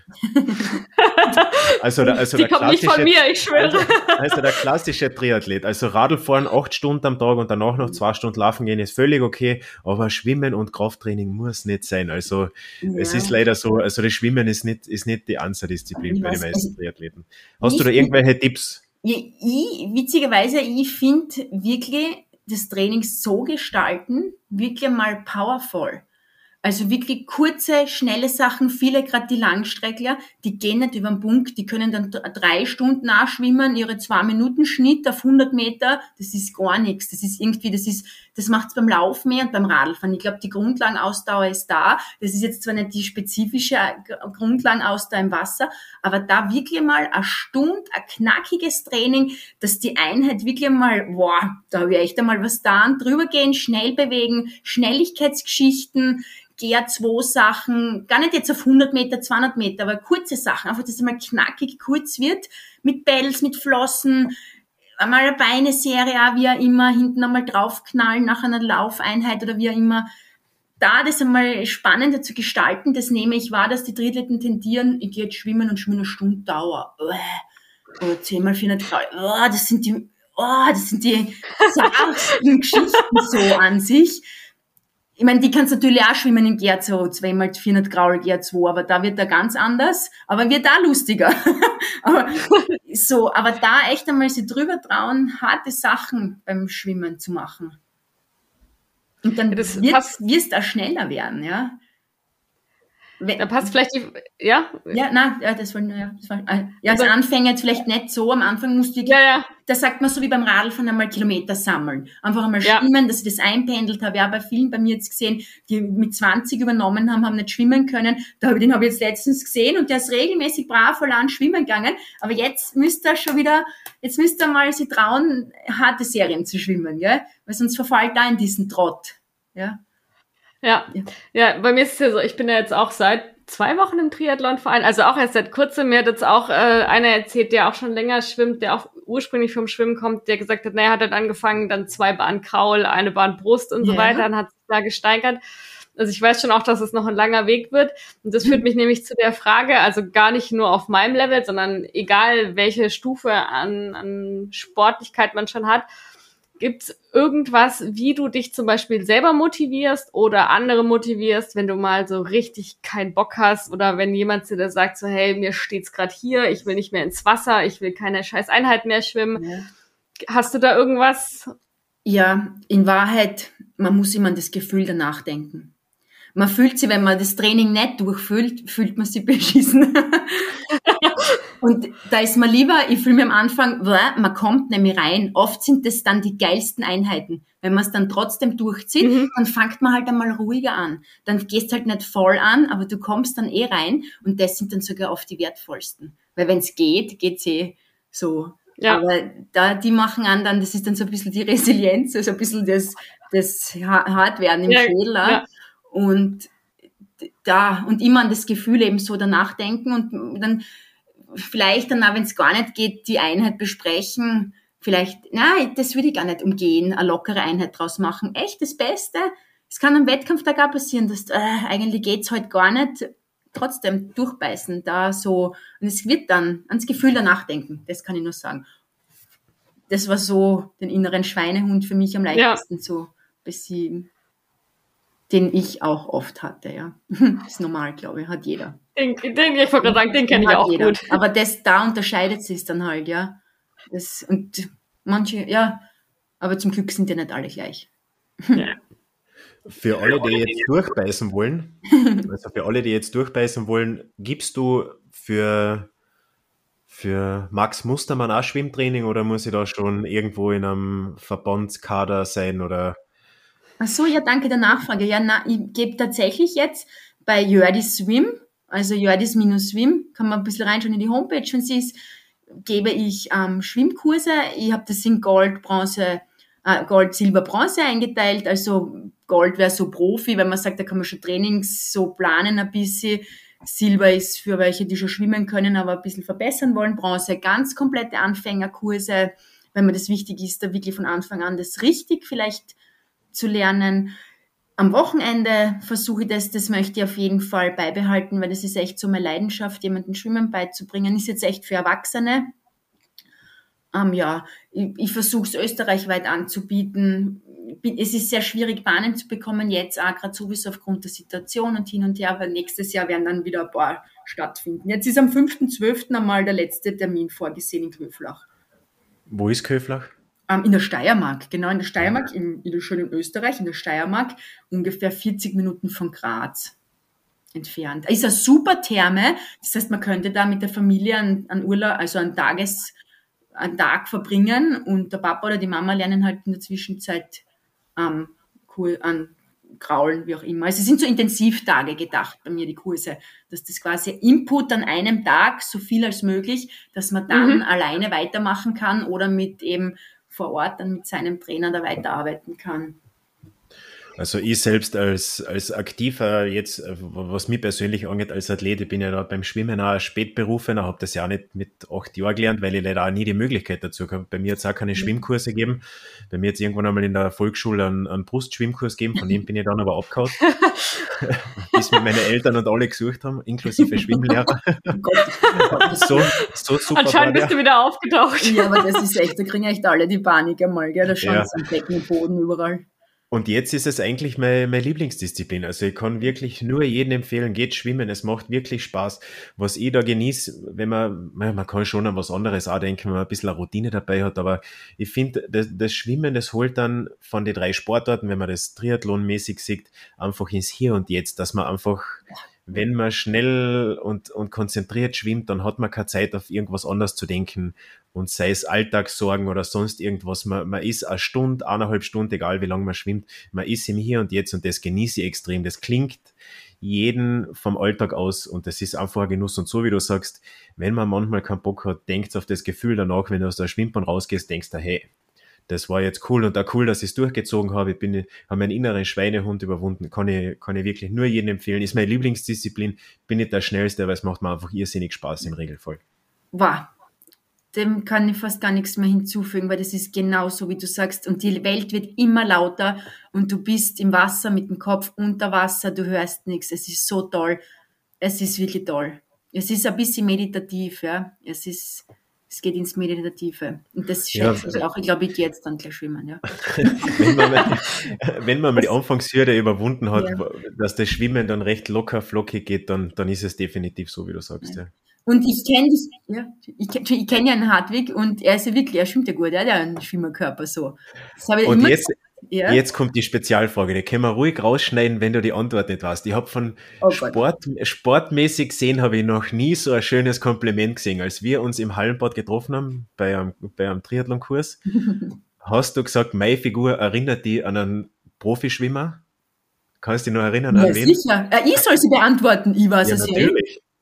Also die kommt nicht von mir, ich schwöre. Also der klassische Triathlet, also Radlfahren 8 Stunden am Tag und danach noch 2 Stunden laufen gehen, ist völlig okay, aber Schwimmen und Krafttraining muss nicht sein. Also es ist leider so, also das Schwimmen ist nicht die Ansatzdisziplin bei den meisten Triathleten. Hast du da irgendwelche Tipps? Witzigerweise, ich finde wirklich das Training so gestalten, wirklich mal powerful. Also wirklich kurze, schnelle Sachen, viele, gerade die Langstreckler, die gehen nicht über den Punkt, die können dann 3 Stunden nachschwimmen, ihre 2-Minuten-Schnitt auf 100 Meter, das ist gar nichts. Das macht's beim Laufen mehr und beim Radlfahren. Ich glaube, die Grundlagenausdauer ist da. Das ist jetzt zwar nicht die spezifische Grundlagenausdauer im Wasser, aber da wirklich mal eine Stunde, ein knackiges Training, dass die Einheit wirklich mal, da habe ich echt einmal was da, drüber gehen, schnell bewegen, Schnelligkeitsgeschichten, GA2-Sachen, gar nicht jetzt auf 100 Meter, 200 Meter, aber kurze Sachen, einfach, dass es mal knackig kurz wird, mit Pedals, mit Flossen, einmal eine Beineserie, wie auch immer, hinten einmal draufknallen nach einer Laufeinheit oder wie auch immer. Da das einmal spannender zu gestalten, das nehme ich wahr, dass die Triathleten tendieren, ich gehe jetzt schwimmen und schwimme eine Stunde Dauer. Oder 10 mal 400 Grad. Das sind die zartesten Geschichten so an sich. Ich meine, die kannst natürlich auch schwimmen in GA2, 2 mal 400 Grad GA2, aber da wird er ganz anders, aber wird da lustiger. aber da echt einmal sich drüber trauen, harte Sachen beim Schwimmen zu machen. Und dann wirst du auch schneller werden, ja. Da passt vielleicht das als Anfänger jetzt vielleicht nicht so. Am Anfang musst du, da sagt man so wie beim Radlfahren einmal Kilometer sammeln. Einfach einmal schwimmen, dass ich das einpendelt habe. Ja, bei vielen bei mir jetzt gesehen, die mit 20 übernommen haben nicht schwimmen können. Den habe ich jetzt letztens gesehen und der ist regelmäßig brav allein schwimmen gegangen. Aber jetzt müsste er mal sich trauen, harte Serien zu schwimmen, gell? Weil sonst verfällt er in diesen Trott, ja. Ja, bei mir ist es ja so, ich bin ja jetzt auch seit 2 Wochen im Triathlonverein, also auch erst seit kurzem. Mir hat jetzt auch einer erzählt, der auch schon länger schwimmt, der auch ursprünglich vom Schwimmen kommt, der gesagt hat, er hat dann angefangen, dann 2 Bahnen Kraul, 1 Bahn Brust und so weiter, dann hat sich da gesteigert. Also ich weiß schon auch, dass es noch ein langer Weg wird. Und das führt mich nämlich zu der Frage, also gar nicht nur auf meinem Level, sondern egal welche Stufe an Sportlichkeit man schon hat, gibt's irgendwas, wie du dich zum Beispiel selber motivierst oder andere motivierst, wenn du mal so richtig keinen Bock hast oder wenn jemand zu dir sagt so, hey, mir steht's gerade hier, ich will nicht mehr ins Wasser, ich will keine scheiß Einheit mehr schwimmen. Ja. Hast du da irgendwas? Ja, in Wahrheit, man muss immer an das Gefühl danach denken. Man fühlt sich, wenn man das Training nicht durchfühlt, fühlt man sich beschissen. Und da ist mir lieber, ich fühle mich am Anfang, man kommt nämlich rein. Oft sind das dann die geilsten Einheiten. Wenn man es dann trotzdem durchzieht, dann fängt man halt einmal ruhiger an. Dann gehst halt nicht voll an, aber du kommst dann rein und das sind dann sogar oft die wertvollsten. Weil wenn es geht, geht's so. Ja. Aber die machen dann, das ist dann so ein bisschen die Resilienz, also ein bisschen das Hartwerden im Schädel. Ja. Und immer an das Gefühl eben so danach denken und dann vielleicht dann auch, wenn es gar nicht geht, die Einheit besprechen. Vielleicht, nein, das würde ich gar nicht umgehen, eine lockere Einheit draus machen. Echt das Beste. Es kann am Wettkampftag auch passieren, dass eigentlich geht's heute gar nicht. Trotzdem durchbeißen, da so. Und es wird dann ans Gefühl danach denken. Das kann ich nur sagen. Das war so den inneren Schweinehund für mich am leichtesten zu besiegen. Den ich auch oft hatte, ja. Das ist normal, glaube ich, hat jeder. Ich wollte gerade sagen, den kenne ich auch jeder. gut. Aber da unterscheidet sich dann halt, ja. Und manche, ja, aber zum Glück sind ja nicht alle gleich. Ja. Für alle, die jetzt durchbeißen wollen, gibst du für Max Mustermann auch Schwimmtraining oder muss ich da schon irgendwo in einem Verbandskader sein oder? Ach so, ja, danke der Nachfrage. Ja, ich gebe tatsächlich jetzt bei Jördis Swim, also Jördis-Swim, kann man ein bisschen reinschauen in die Homepage, wenn sie ist, gebe ich Schwimmkurse. Ich habe das in Gold, Bronze, Gold, Silber, Bronze eingeteilt. Also Gold wäre so Profi, weil man sagt, da kann man schon Trainings so planen ein bisschen. Silber ist für welche, die schon schwimmen können, aber ein bisschen verbessern wollen. Bronze, ganz komplette Anfängerkurse, wenn mir das wichtig ist, da wirklich von Anfang an das richtig vielleicht zu lernen. Am Wochenende versuche ich das möchte ich auf jeden Fall beibehalten, weil das ist echt so meine Leidenschaft, jemanden Schwimmen beizubringen. Ist jetzt echt für Erwachsene. Ich versuche es österreichweit anzubieten. Es ist sehr schwierig, Bahnen zu bekommen, jetzt auch gerade sowieso aufgrund der Situation und hin und her, weil nächstes Jahr werden dann wieder ein paar stattfinden. Jetzt ist am 5.12. einmal der letzte Termin vorgesehen in Köflach. Wo ist Köflach? In der Steiermark, genau in der Steiermark, in der schönen Österreich, in der Steiermark, ungefähr 40 Minuten von Graz entfernt. Ist eine super Therme, das heißt, man könnte da mit der Familie einen Urlaub, also einen Tag verbringen und der Papa oder die Mama lernen halt in der Zwischenzeit an Kraulen, wie auch immer. Also es sind so Intensivtage gedacht bei mir, die Kurse, dass das quasi Input an einem Tag, so viel als möglich, dass man dann alleine weitermachen kann oder mit eben vor Ort dann mit seinem Trainer da weiterarbeiten kann. Also ich selbst als Aktiver jetzt, was mich persönlich angeht als Athlet, ich bin ja da beim Schwimmen auch Spätberufener, habe das ja auch nicht mit 8 Jahren gelernt, weil ich leider auch nie die Möglichkeit dazu habe. Bei mir hat es auch keine Schwimmkurse gegeben. Bei mir hat es irgendwann einmal in der Volksschule einen Brustschwimmkurs gegeben, von dem bin ich dann aber abgehauen, bis mir meine Eltern und alle gesucht haben, inklusive Schwimmlehrer. so super. Anscheinend bist du wieder aufgetaucht. Ja, aber das ist echt, da kriegen echt alle die Panik einmal, gell? Da schauen sie am Becken und Boden überall. Und jetzt ist es eigentlich meine Lieblingsdisziplin. Also ich kann wirklich nur jedem empfehlen, geht schwimmen. Es macht wirklich Spaß. Was ich da genieße, wenn man kann schon an was anderes auch denken, wenn man ein bisschen eine Routine dabei hat, aber ich finde, das Schwimmen, das holt dann von den 3 Sportarten, wenn man das Triathlon-mäßig sieht, einfach ins Hier und Jetzt, dass man einfach, wenn man schnell und konzentriert schwimmt, dann hat man keine Zeit, auf irgendwas anderes zu denken. Und sei es Alltagssorgen oder sonst irgendwas, man ist eine Stunde, 1,5 Stunden, egal wie lange man schwimmt, man ist im Hier und Jetzt und das genieße ich extrem. Das klingt jeden vom Alltag aus und das ist einfach ein Genuss. Und so wie du sagst, wenn man manchmal keinen Bock hat, denkt auf das Gefühl danach, wenn du aus der Schwimmbahn rausgehst, denkst du, hey, das war jetzt cool und auch cool, dass ich es durchgezogen habe. Ich habe meinen inneren Schweinehund überwunden. Kann ich wirklich nur jedem empfehlen. Ist meine Lieblingsdisziplin. Bin nicht der Schnellste, aber es macht mir einfach irrsinnig Spaß im Regelfall. Wow. Dem kann ich fast gar nichts mehr hinzufügen, weil das ist genau so, wie du sagst. Und die Welt wird immer lauter und du bist im Wasser mit dem Kopf unter Wasser, du hörst nichts. Es ist so toll. Es ist wirklich toll. Es ist ein bisschen meditativ, ja. Es geht ins Meditative. Und das schätze ich auch. Ich glaube, ich gehe jetzt dann gleich schwimmen, ja. Wenn man mal die Anfangshürde überwunden hat, dass das Schwimmen dann recht locker, flockig geht, dann ist es definitiv so, wie du sagst, ja. Und ich kenne ja einen Hartwig und er schwimmt ja gut, er hat ja einen Schwimmerkörper so. Und jetzt kommt die Spezialfrage, die können wir ruhig rausschneiden, wenn du die Antwort nicht weißt. Ich habe von sportmäßig gesehen, habe ich noch nie so ein schönes Kompliment gesehen. Als wir uns im Hallenbad getroffen haben, bei einem Triathlonkurs, hast du gesagt, meine Figur erinnert dich an einen Profischwimmer? Kannst du dich noch erinnern? Ja, sicher. Ich soll sie beantworten, ich weiß es natürlich.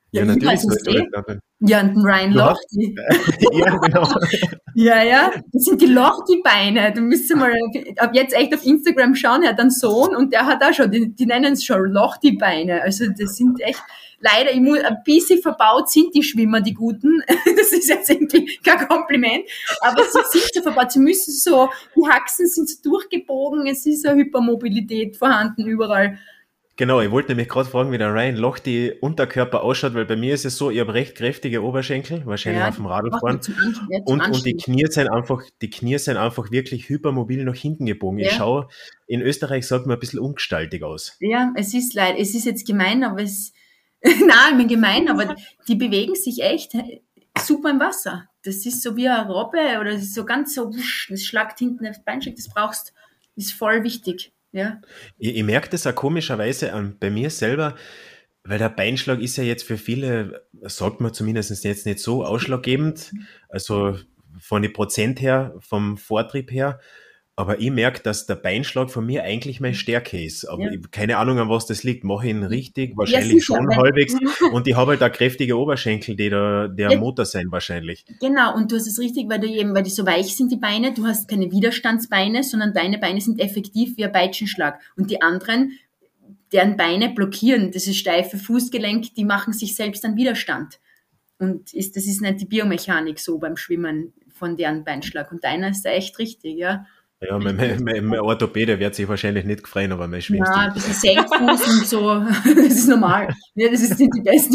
Ja, natürlich also soll es alles sein. ja, und den Ryan Du hast- Lochte. Ja, genau. Ja, das sind die Lochte-Beine. Du müsst mal ab jetzt echt auf Instagram schauen. Er hat einen Sohn und der hat auch schon, die nennen es schon Lochte-Beine. Also das sind echt, leider, ich muss, ein bisschen verbaut sind die Schwimmer, die Guten. Das ist jetzt irgendwie kein Kompliment. Aber sie sind so verbaut. Sie müssen so, die Haxen sind so durchgebogen. Es ist eine Hypermobilität vorhanden überall. Genau, ich wollte nämlich gerade fragen, wie der Ryan Lochte Unterkörper ausschaut, weil bei mir ist es so, ich habe recht kräftige Oberschenkel, wahrscheinlich auf dem Radlfahren. Und die Knie sind einfach wirklich hypermobil nach hinten gebogen. Ja. Ich schaue, in Österreich sagt man ein bisschen ungestaltig aus. Ja, es ist leid, es ist jetzt gemein, aber es, nein, ich meine gemein, aber die bewegen sich echt super im Wasser. Das ist so wie eine Robbe oder das ist so ganz so, wusch, das schlagt hinten aufs Beinstück, das brauchst, ist voll wichtig, ja. Ich merke das auch komischerweise bei mir selber, weil der Beinschlag ist ja jetzt für viele, sagt man zumindest jetzt nicht so ausschlaggebend, also von den Prozent her, vom Vortrieb her, aber ich merke, dass der Beinschlag von mir eigentlich meine Stärke ist. Aber Ja. ich habe keine Ahnung, an was das liegt. Mache ich ihn richtig? Ja, Wahrscheinlich sicher, schon weil- halbwegs. Und ich habe halt auch kräftige Oberschenkel, die der Ja. Motor sein wahrscheinlich. Genau, und du hast es richtig, weil die so weich sind, die Beine, du hast keine Widerstandsbeine, sondern deine Beine sind effektiv wie ein Peitschenschlag. Und die anderen, deren Beine blockieren, das ist steife Fußgelenk, die machen sich selbst einen Widerstand. Und das ist nicht die Biomechanik so beim Schwimmen von deren Beinschlag. Und deiner ist da echt richtig, ja. Ja, mein Orthopäde wird sich wahrscheinlich nicht gefreien, aber mein Ja, Schwimmstil. ein bisschen Senkfuß und so, das ist normal. Ja, das sind die Besten.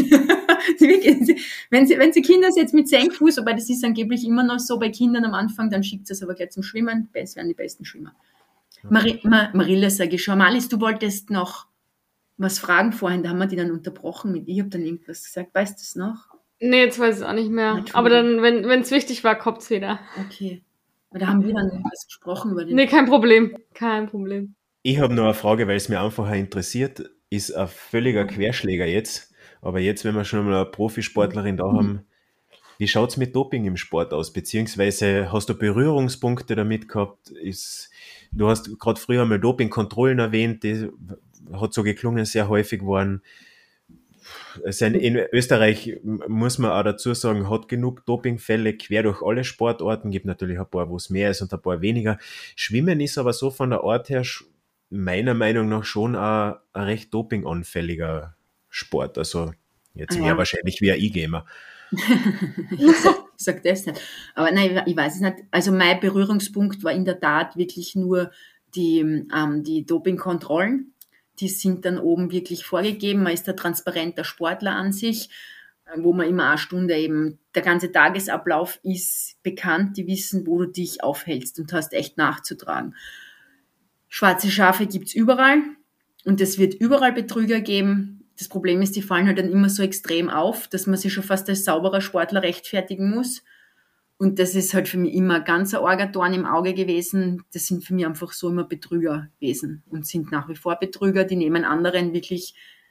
Wenn sie Kinder jetzt mit Senkfuß, aber das ist angeblich immer noch so bei Kindern am Anfang, dann schickt es aber gleich zum Schwimmen. Das wären die besten Schwimmer. Marilla, sage ich schon. Malis, du wolltest noch was fragen vorhin, da haben wir die dann unterbrochen mit, ich habe dann irgendwas gesagt, weißt du es noch? Nee, jetzt weiß ich es auch nicht mehr. Entschuldigung. Aber dann, wenn es wichtig war, kommt's wieder. Okay. Weil da haben wir dann was gesprochen über den... Nee, kein Problem. Kein Problem. Ich habe noch eine Frage, weil es mir einfach auch interessiert, ist ein völliger Querschläger jetzt. Aber jetzt, wenn wir schon mal eine Profisportlerin da haben, wie schaut's mit Doping im Sport aus? Beziehungsweise hast du Berührungspunkte damit gehabt? Du hast gerade früher mal Dopingkontrollen erwähnt, die hat so geklungen, sehr häufig waren. In Österreich, muss man auch dazu sagen, hat genug Dopingfälle quer durch alle Sportarten, gibt natürlich ein paar, wo es mehr ist und ein paar weniger. Schwimmen ist aber so von der Art her meiner Meinung nach schon ein recht dopinganfälliger Sport. Also jetzt mehr Ja. wahrscheinlich wie ein E-Gamer. Ich sag das nicht. Aber nein, ich weiß es nicht. Also mein Berührungspunkt war in der Tat wirklich nur die Dopingkontrollen. Die sind dann oben wirklich vorgegeben. Man ist der transparenter Sportler an sich, wo man immer eine Stunde eben, der ganze Tagesablauf ist bekannt. Die wissen, wo du dich aufhältst und hast echt nachzutragen. Schwarze Schafe gibt's überall und es wird überall Betrüger geben. Das Problem ist, die fallen halt dann immer so extrem auf, dass man sich schon fast als sauberer Sportler rechtfertigen muss. Und das ist halt für mich immer ganz ein Orgadorn im Auge gewesen. Das sind für mich einfach so immer Betrüger gewesen und sind nach wie vor Betrüger. Die nehmen anderen wirklich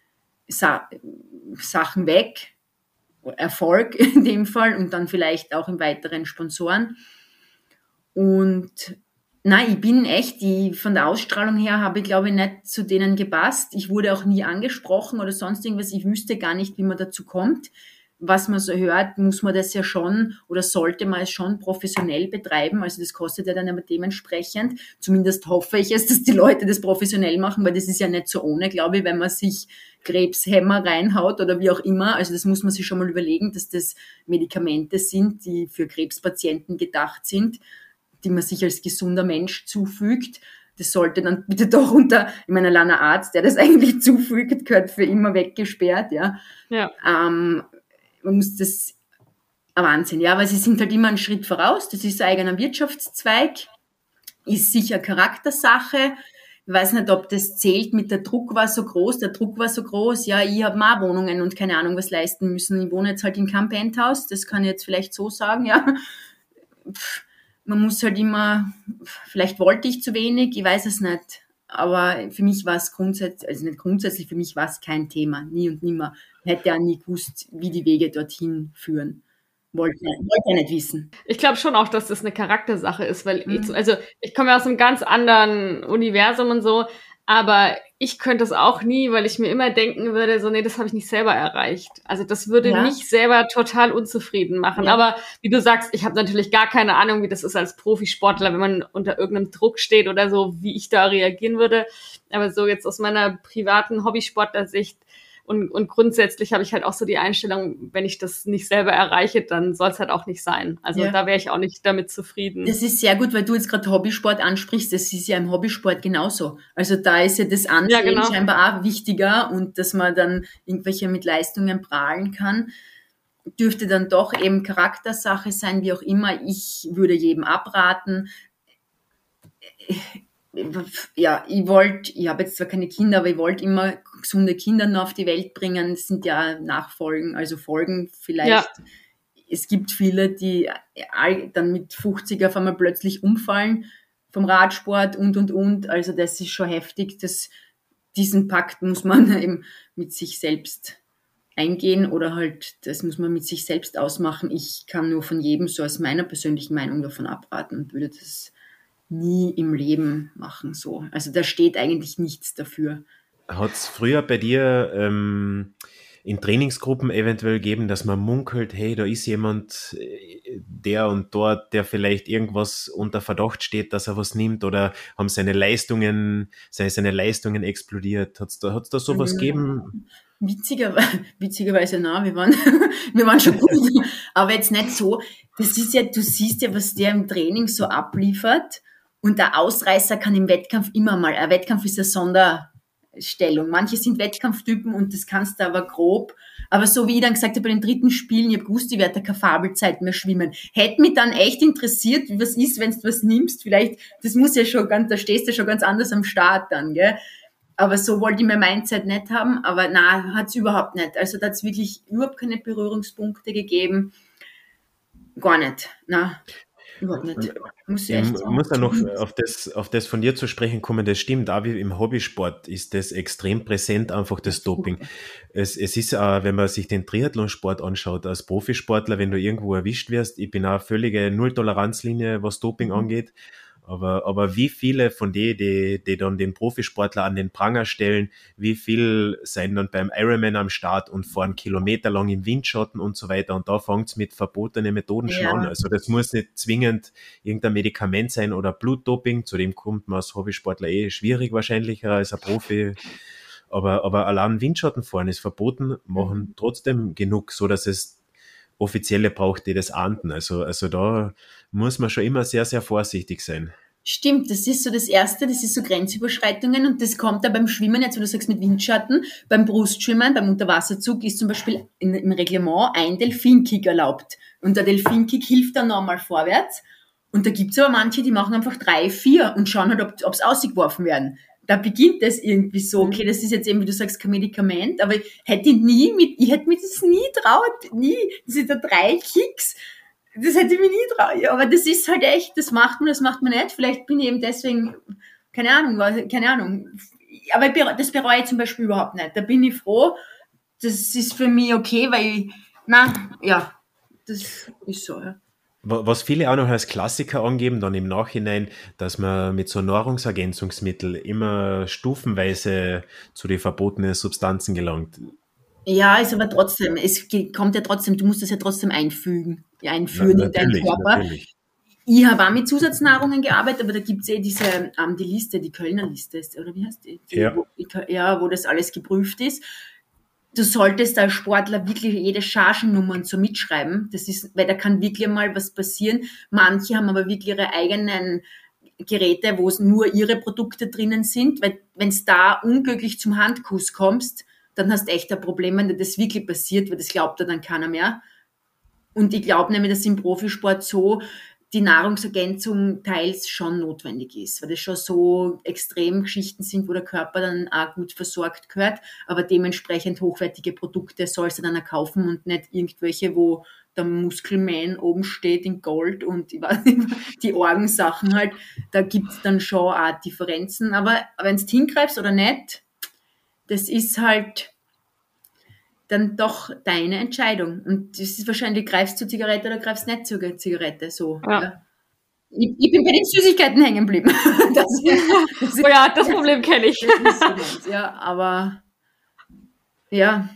Sachen weg, Erfolg in dem Fall und dann vielleicht auch im weiteren Sponsoren. Und nein, ich bin echt, von der Ausstrahlung her habe ich, glaube ich, nicht zu denen gepasst. Ich wurde auch nie angesprochen oder sonst irgendwas. Ich wüsste gar nicht, wie man dazu kommt. Was man so hört, muss man das ja schon oder sollte man es schon professionell betreiben. Also das kostet ja dann aber dementsprechend. Zumindest hoffe ich es, dass die Leute das professionell machen, weil das ist ja nicht so ohne, glaube ich, wenn man sich Krebshemmer reinhaut oder wie auch immer. Also das muss man sich schon mal überlegen, dass das Medikamente sind, die für Krebspatienten gedacht sind, die man sich als gesunder Mensch zufügt. Das sollte dann bitte doch ich meine, allein ein Arzt, der das eigentlich zufügt, gehört für immer weggesperrt, ja. Ja. Man muss das, ein Wahnsinn, ja, weil sie sind halt immer einen Schritt voraus. Das ist ein eigener Wirtschaftszweig, ist sicher Charaktersache. Ich weiß nicht, ob das zählt mit der Druck war so groß, ja, ich habe mal Wohnungen und keine Ahnung was leisten müssen. Ich wohne jetzt halt in keinem Penthouse, das kann ich jetzt vielleicht so sagen, ja. Man muss halt immer, vielleicht wollte ich zu wenig, ich weiß es nicht. Aber für mich war es grundsätzlich, also nicht grundsätzlich, für mich war es kein Thema, nie und nimmer. Ich hätte ja nie gewusst, wie die Wege dorthin führen. Wollte ja nicht wissen. Ich glaube schon auch, dass das eine Charaktersache ist, weil ich komme ja aus einem ganz anderen Universum und so. Aber ich könnte es auch nie, weil ich mir immer denken würde, so, nee, das habe ich nicht selber erreicht. Also das würde mich selber total unzufrieden machen. Ja. Aber wie du sagst, ich habe natürlich gar keine Ahnung, wie das ist als Profisportler, wenn man unter irgendeinem Druck steht oder so, wie ich da reagieren würde. Aber so jetzt aus meiner privaten Hobbysportler-Sicht und grundsätzlich habe ich halt auch so die Einstellung, wenn ich das nicht selber erreiche, dann soll es halt auch nicht sein. Also da wäre ich auch nicht damit zufrieden. Das ist sehr gut, weil du jetzt gerade Hobbysport ansprichst. Das ist ja im Hobbysport genauso. Also da ist ja das Ansehen scheinbar auch wichtiger und dass man dann irgendwelche mit Leistungen prahlen kann, dürfte dann doch eben Charaktersache sein, wie auch immer. Ich würde jedem abraten. Ja, ich habe jetzt zwar keine Kinder, aber ich wollte immer gesunde Kinder noch auf die Welt bringen. Das sind ja Nachfolgen, also Folgen vielleicht. Ja. Es gibt viele, die dann mit 50 auf einmal plötzlich umfallen vom Radsport und. Also das ist schon heftig. Diesen Pakt muss man eben mit sich selbst eingehen oder halt, das muss man mit sich selbst ausmachen. Ich kann nur von jedem so aus meiner persönlichen Meinung davon abraten und würde das nie im Leben machen, so. Also da steht eigentlich nichts dafür. Hat es früher bei dir in Trainingsgruppen eventuell gegeben, dass man munkelt, hey, da ist jemand, der und dort, der vielleicht irgendwas unter Verdacht steht, dass er was nimmt, oder haben seine Leistungen explodiert? Hat's da sowas gegeben? Witzigerweise, nein, wir waren schon gut, aber jetzt nicht so. Das ist ja, du siehst ja, was der im Training so abliefert. Und der Ausreißer kann im Wettkampf immer mal, ein Wettkampf ist eine Sonderstellung. Manche sind Wettkampftypen und das kannst du aber grob. Aber so wie ich dann gesagt habe, bei den dritten Spielen, ich habe gewusst, ich werde keine Fabelzeit mehr schwimmen. Hätte mich dann echt interessiert, wie was ist, wenn du was nimmst. Vielleicht, das muss ja schon ganz, da stehst du schon ganz anders am Start dann, gell. Aber so wollte ich mein Mindset nicht haben. Aber nein, hat's überhaupt nicht. Also da hat's wirklich überhaupt keine Berührungspunkte gegeben. Gar nicht, nein. Überhaupt nicht. Muss ja noch auf das von dir zu sprechen kommen, das stimmt, auch wie im Hobbysport ist das extrem präsent, einfach das Doping. Es ist, wenn man sich den Triathlonsport anschaut, als Profisportler, wenn du irgendwo erwischt wirst, ich bin auch völlige Null-Toleranzlinie, was Doping angeht, aber wie viele von die dann den Profisportler an den Pranger stellen, wie viel sind dann beim Ironman am Start und fahren kilometerlang im Windschatten und so weiter, und da fängt's mit verbotenen Methoden schon an. Also das muss nicht zwingend irgendein Medikament sein oder Blutdoping, zu dem kommt man als Hobbysportler schwierig wahrscheinlicher als ein Profi, aber allein Windschatten fahren ist verboten, machen trotzdem genug, so dass es Offizielle braucht, die das ahnden. Also da muss man schon immer sehr, sehr vorsichtig sein. Stimmt, das ist so das Erste, das ist so Grenzüberschreitungen, und das kommt da beim Schwimmen, jetzt wo du sagst mit Windschatten, beim Brustschwimmen, beim Unterwasserzug ist zum Beispiel im Reglement ein Delfinkick erlaubt. Und der Delfinkick hilft dann nochmal vorwärts. Und da gibt's aber manche, die machen einfach 3, 4 und schauen halt, ob's ausgeworfen werden. Da beginnt das irgendwie so, okay, das ist jetzt eben, wie du sagst, kein Medikament, aber ich hätte mir das nie traut, nie, das sind da 3 Kicks, das hätte ich mir nie traut, ja, aber das ist halt echt, das macht man nicht, vielleicht bin ich eben deswegen, keine Ahnung, aber das bereue ich zum Beispiel überhaupt nicht, da bin ich froh, das ist für mich okay, weil das ist so, ja. Was viele auch noch als Klassiker angeben, dann im Nachhinein, dass man mit so Nahrungsergänzungsmitteln immer stufenweise zu den verbotenen Substanzen gelangt. Ja, ist aber trotzdem, es kommt ja trotzdem, du musst das ja trotzdem einführen in deinen Körper. Natürlich. Ich habe auch mit Zusatznahrungen gearbeitet, aber da gibt's diese, die Liste, die Kölner Liste, oder wie heißt die? Wo das alles geprüft ist. Du solltest als Sportler wirklich jede Chargennummer und so mitschreiben. Das ist, weil da kann wirklich mal was passieren. Manche haben aber wirklich ihre eigenen Geräte, wo es nur ihre Produkte drinnen sind, weil wenn es da unglücklich zum Handkuss kommst, dann hast du echt ein Problem, wenn dir das wirklich passiert, weil das glaubt ja dann keiner mehr. Und ich glaube nämlich, dass im Profisport so die Nahrungsergänzung teils schon notwendig ist, weil das schon so extrem Geschichten sind, wo der Körper dann auch gut versorgt gehört, aber dementsprechend hochwertige Produkte sollst du dann auch kaufen und nicht irgendwelche, wo der Muskelman oben steht in Gold und ich weiß nicht, die Orgensachen halt, da gibt's dann schon auch Differenzen, aber wenn du hingreifst oder nicht, das ist halt dann doch deine Entscheidung. Und das ist wahrscheinlich, greifst du Zigarette oder greifst nicht zur Zigarette, so. Ja. Ich bin bei den Süßigkeiten hängen geblieben. Oh ja, das Problem kenne ich. Das ist so meins, ja, aber ja.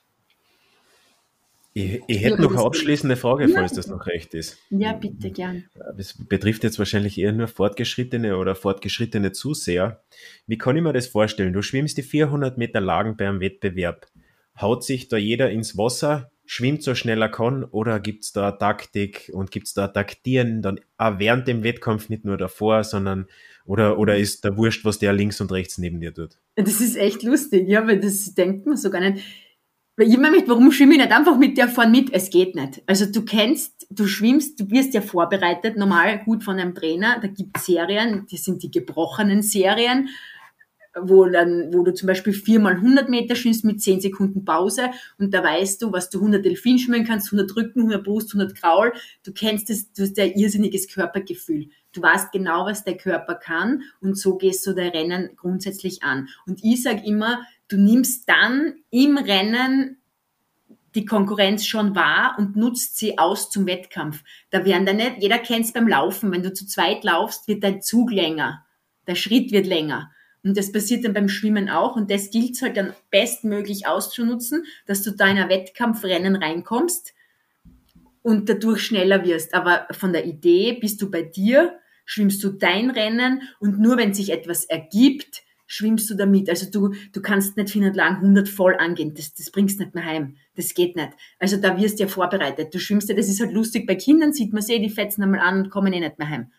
Ich hätte noch eine abschließende Frage, falls das noch recht ist. Ja, bitte, gern. Das betrifft jetzt wahrscheinlich eher nur Fortgeschrittene oder fortgeschrittene Zuseher. Wie kann ich mir das vorstellen? Du schwimmst die 400 Meter Lagen bei einem Wettbewerb. Haut sich da jeder ins Wasser, schwimmt so schnell er kann, oder gibt es da eine Taktik und gibt es da ein Taktieren dann auch während dem Wettkampf, nicht nur davor, sondern oder ist da wurscht, was der links und rechts neben dir tut? Das ist echt lustig, ja, weil das denkt man so gar nicht. Weil ich meine, warum schwimme ich nicht einfach mit der vorne mit? Es geht nicht. Also du schwimmst, du wirst ja vorbereitet, normal gut von einem Trainer. Da gibt es Serien, die sind die gebrochenen Serien, wo du zum Beispiel 4x100 Meter schwimmst mit 10 Sekunden Pause und da weißt du, was du 100 Delfin schwimmen kannst, 100 Rücken, 100 Brust, 100 Kraul. Du kennst das, du hast ja ein irrsinniges Körpergefühl. Du weißt genau, was der Körper kann und so gehst du dein Rennen grundsätzlich an. Und ich sage immer, du nimmst dann im Rennen die Konkurrenz schon wahr und nutzt sie aus zum Wettkampf. Da werden dann nicht, jeder kennt es beim Laufen, wenn du zu zweit laufst, wird dein Zug länger, der Schritt wird länger. Und das passiert dann beim Schwimmen auch und das gilt es halt dann bestmöglich auszunutzen, dass du da in ein Wettkampfrennen reinkommst und dadurch schneller wirst. Aber von der Idee bist du bei dir, schwimmst du dein Rennen und nur wenn sich etwas ergibt, schwimmst du damit. Also du kannst nicht 400 lang 100 voll angehen. Das bringst nicht mehr heim. Das geht nicht. Also da wirst du ja vorbereitet. Du schwimmst ja, das ist halt lustig. Bei Kindern sieht man die fetzen einmal an und kommen nicht mehr heim.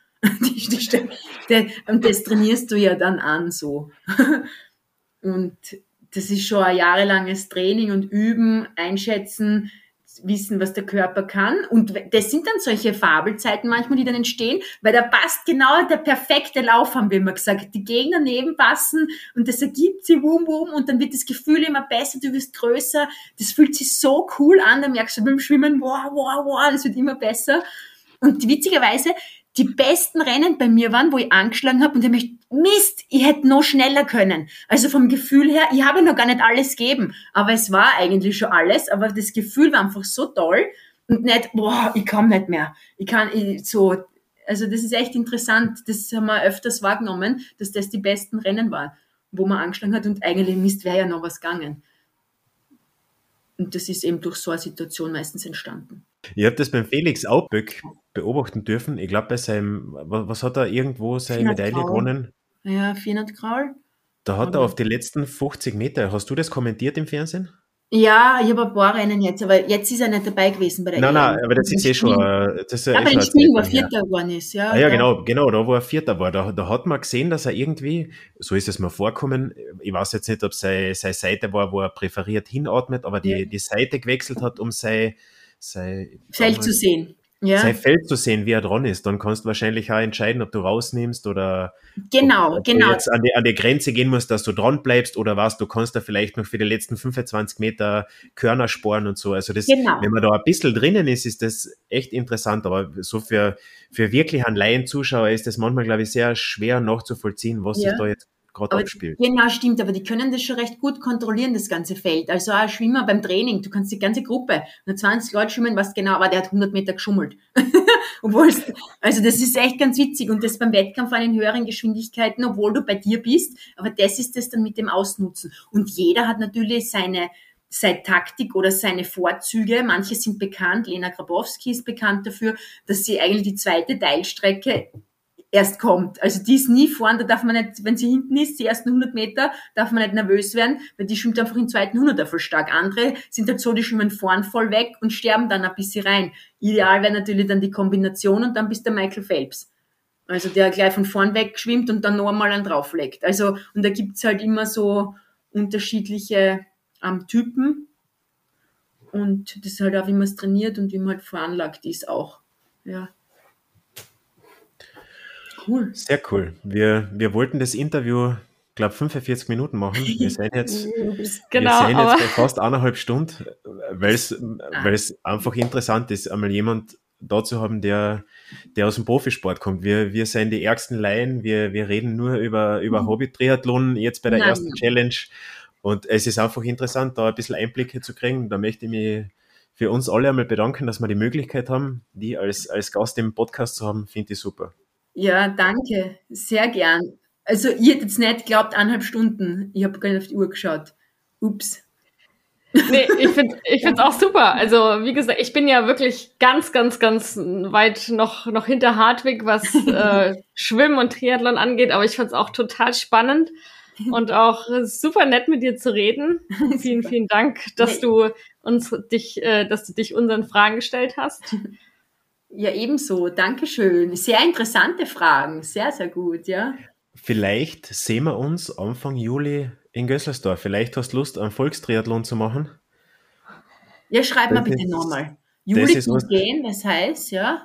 Und das trainierst du ja dann an so. Und das ist schon ein jahrelanges Training und Üben, Einschätzen, wissen, was der Körper kann. Und das sind dann solche Fabelzeiten manchmal, die dann entstehen, weil da passt genau der perfekte Lauf, haben wir immer gesagt. Die Gegner neben passen und das ergibt sich wum und dann wird das Gefühl immer besser, du wirst größer. Das fühlt sich so cool an, da merkst du beim Schwimmen, wow, das wird immer besser. Und witzigerweise, die besten Rennen bei mir waren, wo ich angeschlagen habe und ich habe gedacht, Mist, ich hätte noch schneller können. Also vom Gefühl her, ich habe noch gar nicht alles gegeben, aber es war eigentlich schon alles, aber das Gefühl war einfach so toll und nicht, ich kann nicht mehr. Also das ist echt interessant, das haben wir öfters wahrgenommen, dass das die besten Rennen waren, wo man angeschlagen hat und eigentlich, Mist, wäre ja noch was gegangen. Und das ist eben durch so eine Situation meistens entstanden. Ich habe das beim Felix Auböck beobachten dürfen. Ich glaube, bei seinem, was hat er irgendwo seine Medaille gewonnen? Ja, 400 Kraul. Da hat er auf die letzten 50 Meter, hast du das kommentiert im Fernsehen? Ja, ich habe ein paar Rennen jetzt, aber jetzt ist er nicht dabei gewesen bei der EM. Nein, aber das ist eh schon, das ist ja, bei den Spielen, wo er Vierter geworden ist. Ja, genau, da wo er Vierter war, da hat man gesehen, dass er irgendwie, so ist es mir vorkommen, ich weiß jetzt nicht, ob seine Seite war, wo er präferiert hinatmet, aber die Seite gewechselt hat, um sein Feld zu sehen. Ja. Sein Feld zu sehen, wie er dran ist. Dann kannst du wahrscheinlich auch entscheiden, ob du rausnimmst oder ob du jetzt an die Grenze gehen musst, dass du dran bleibst oder was, du kannst da vielleicht noch für die letzten 25 Meter Körner sparen und so. Also das, wenn man da ein bisschen drinnen ist, ist das echt interessant. Aber so für wirklich einen Laienzuschauer ist das manchmal, glaube ich, sehr schwer nachzuvollziehen, was sich da jetzt gerade abspielt. Genau, stimmt, aber die können das schon recht gut kontrollieren, das ganze Feld. Also auch Schwimmer beim Training, du kannst die ganze Gruppe, nur 20 Leute schwimmen, was genau, aber der hat 100 Meter geschummelt. Also das ist echt ganz witzig und das beim Wettkampf an den höheren Geschwindigkeiten, obwohl du bei dir bist, aber das ist das dann mit dem Ausnutzen. Und jeder hat natürlich seine Taktik oder seine Vorzüge. Manche sind bekannt, Lena Grabowski ist bekannt dafür, dass sie eigentlich die zweite Teilstrecke erst kommt. Also die ist nie vorn, da darf man nicht, wenn sie hinten ist, die ersten 100 Meter, darf man nicht nervös werden, weil die schwimmt einfach im zweiten 100er voll stark. Andere sind halt so, die schwimmen vorn voll weg und sterben dann ein bisschen rein. Ideal wäre natürlich dann die Kombination und dann bist der Michael Phelps. Also der gleich von vorn weg schwimmt und dann noch einmal einen drauflegt. Also, und da gibt's halt immer so unterschiedliche Typen und das ist halt auch, wie man es trainiert und wie man halt veranlagt ist auch. Ja. Cool. Sehr cool. Wir wollten das Interview, glaube 45 Minuten machen. Wir sind jetzt, bei fast 1,5 Stunden, weil es einfach interessant ist, einmal jemand da zu haben, der aus dem Profisport kommt. Wir sind die ärgsten Laien, wir reden nur über Hobby-Triathlon jetzt bei der ersten Challenge und es ist einfach interessant, da ein bisschen Einblicke zu kriegen. Da möchte ich mich für uns alle einmal bedanken, dass wir die Möglichkeit haben, die als Gast im Podcast zu haben, finde ich super. Ja, danke. Sehr gern. Also, ich hätte jetzt nicht geglaubt, 1,5 Stunden. Ich habe gar nicht auf die Uhr geschaut. Ups. Nee, ich find's auch super. Also, wie gesagt, ich bin ja wirklich ganz, ganz, ganz weit noch hinter Hartwig, was Schwimmen und Triathlon angeht, aber ich fand's auch total spannend und auch super nett mit dir zu reden. Vielen, Super. vielen Dank, dass du dich unseren Fragen gestellt hast. Ja, ebenso. Dankeschön. Sehr interessante Fragen. Sehr, sehr gut, ja. Vielleicht sehen wir uns Anfang Juli in Gösselsdorf. Vielleicht hast du Lust, einen Volkstriathlon zu machen. Ja, schreib mal Das bitte ist, nochmal. das Juli ist, kann gehen, das heißt, ja.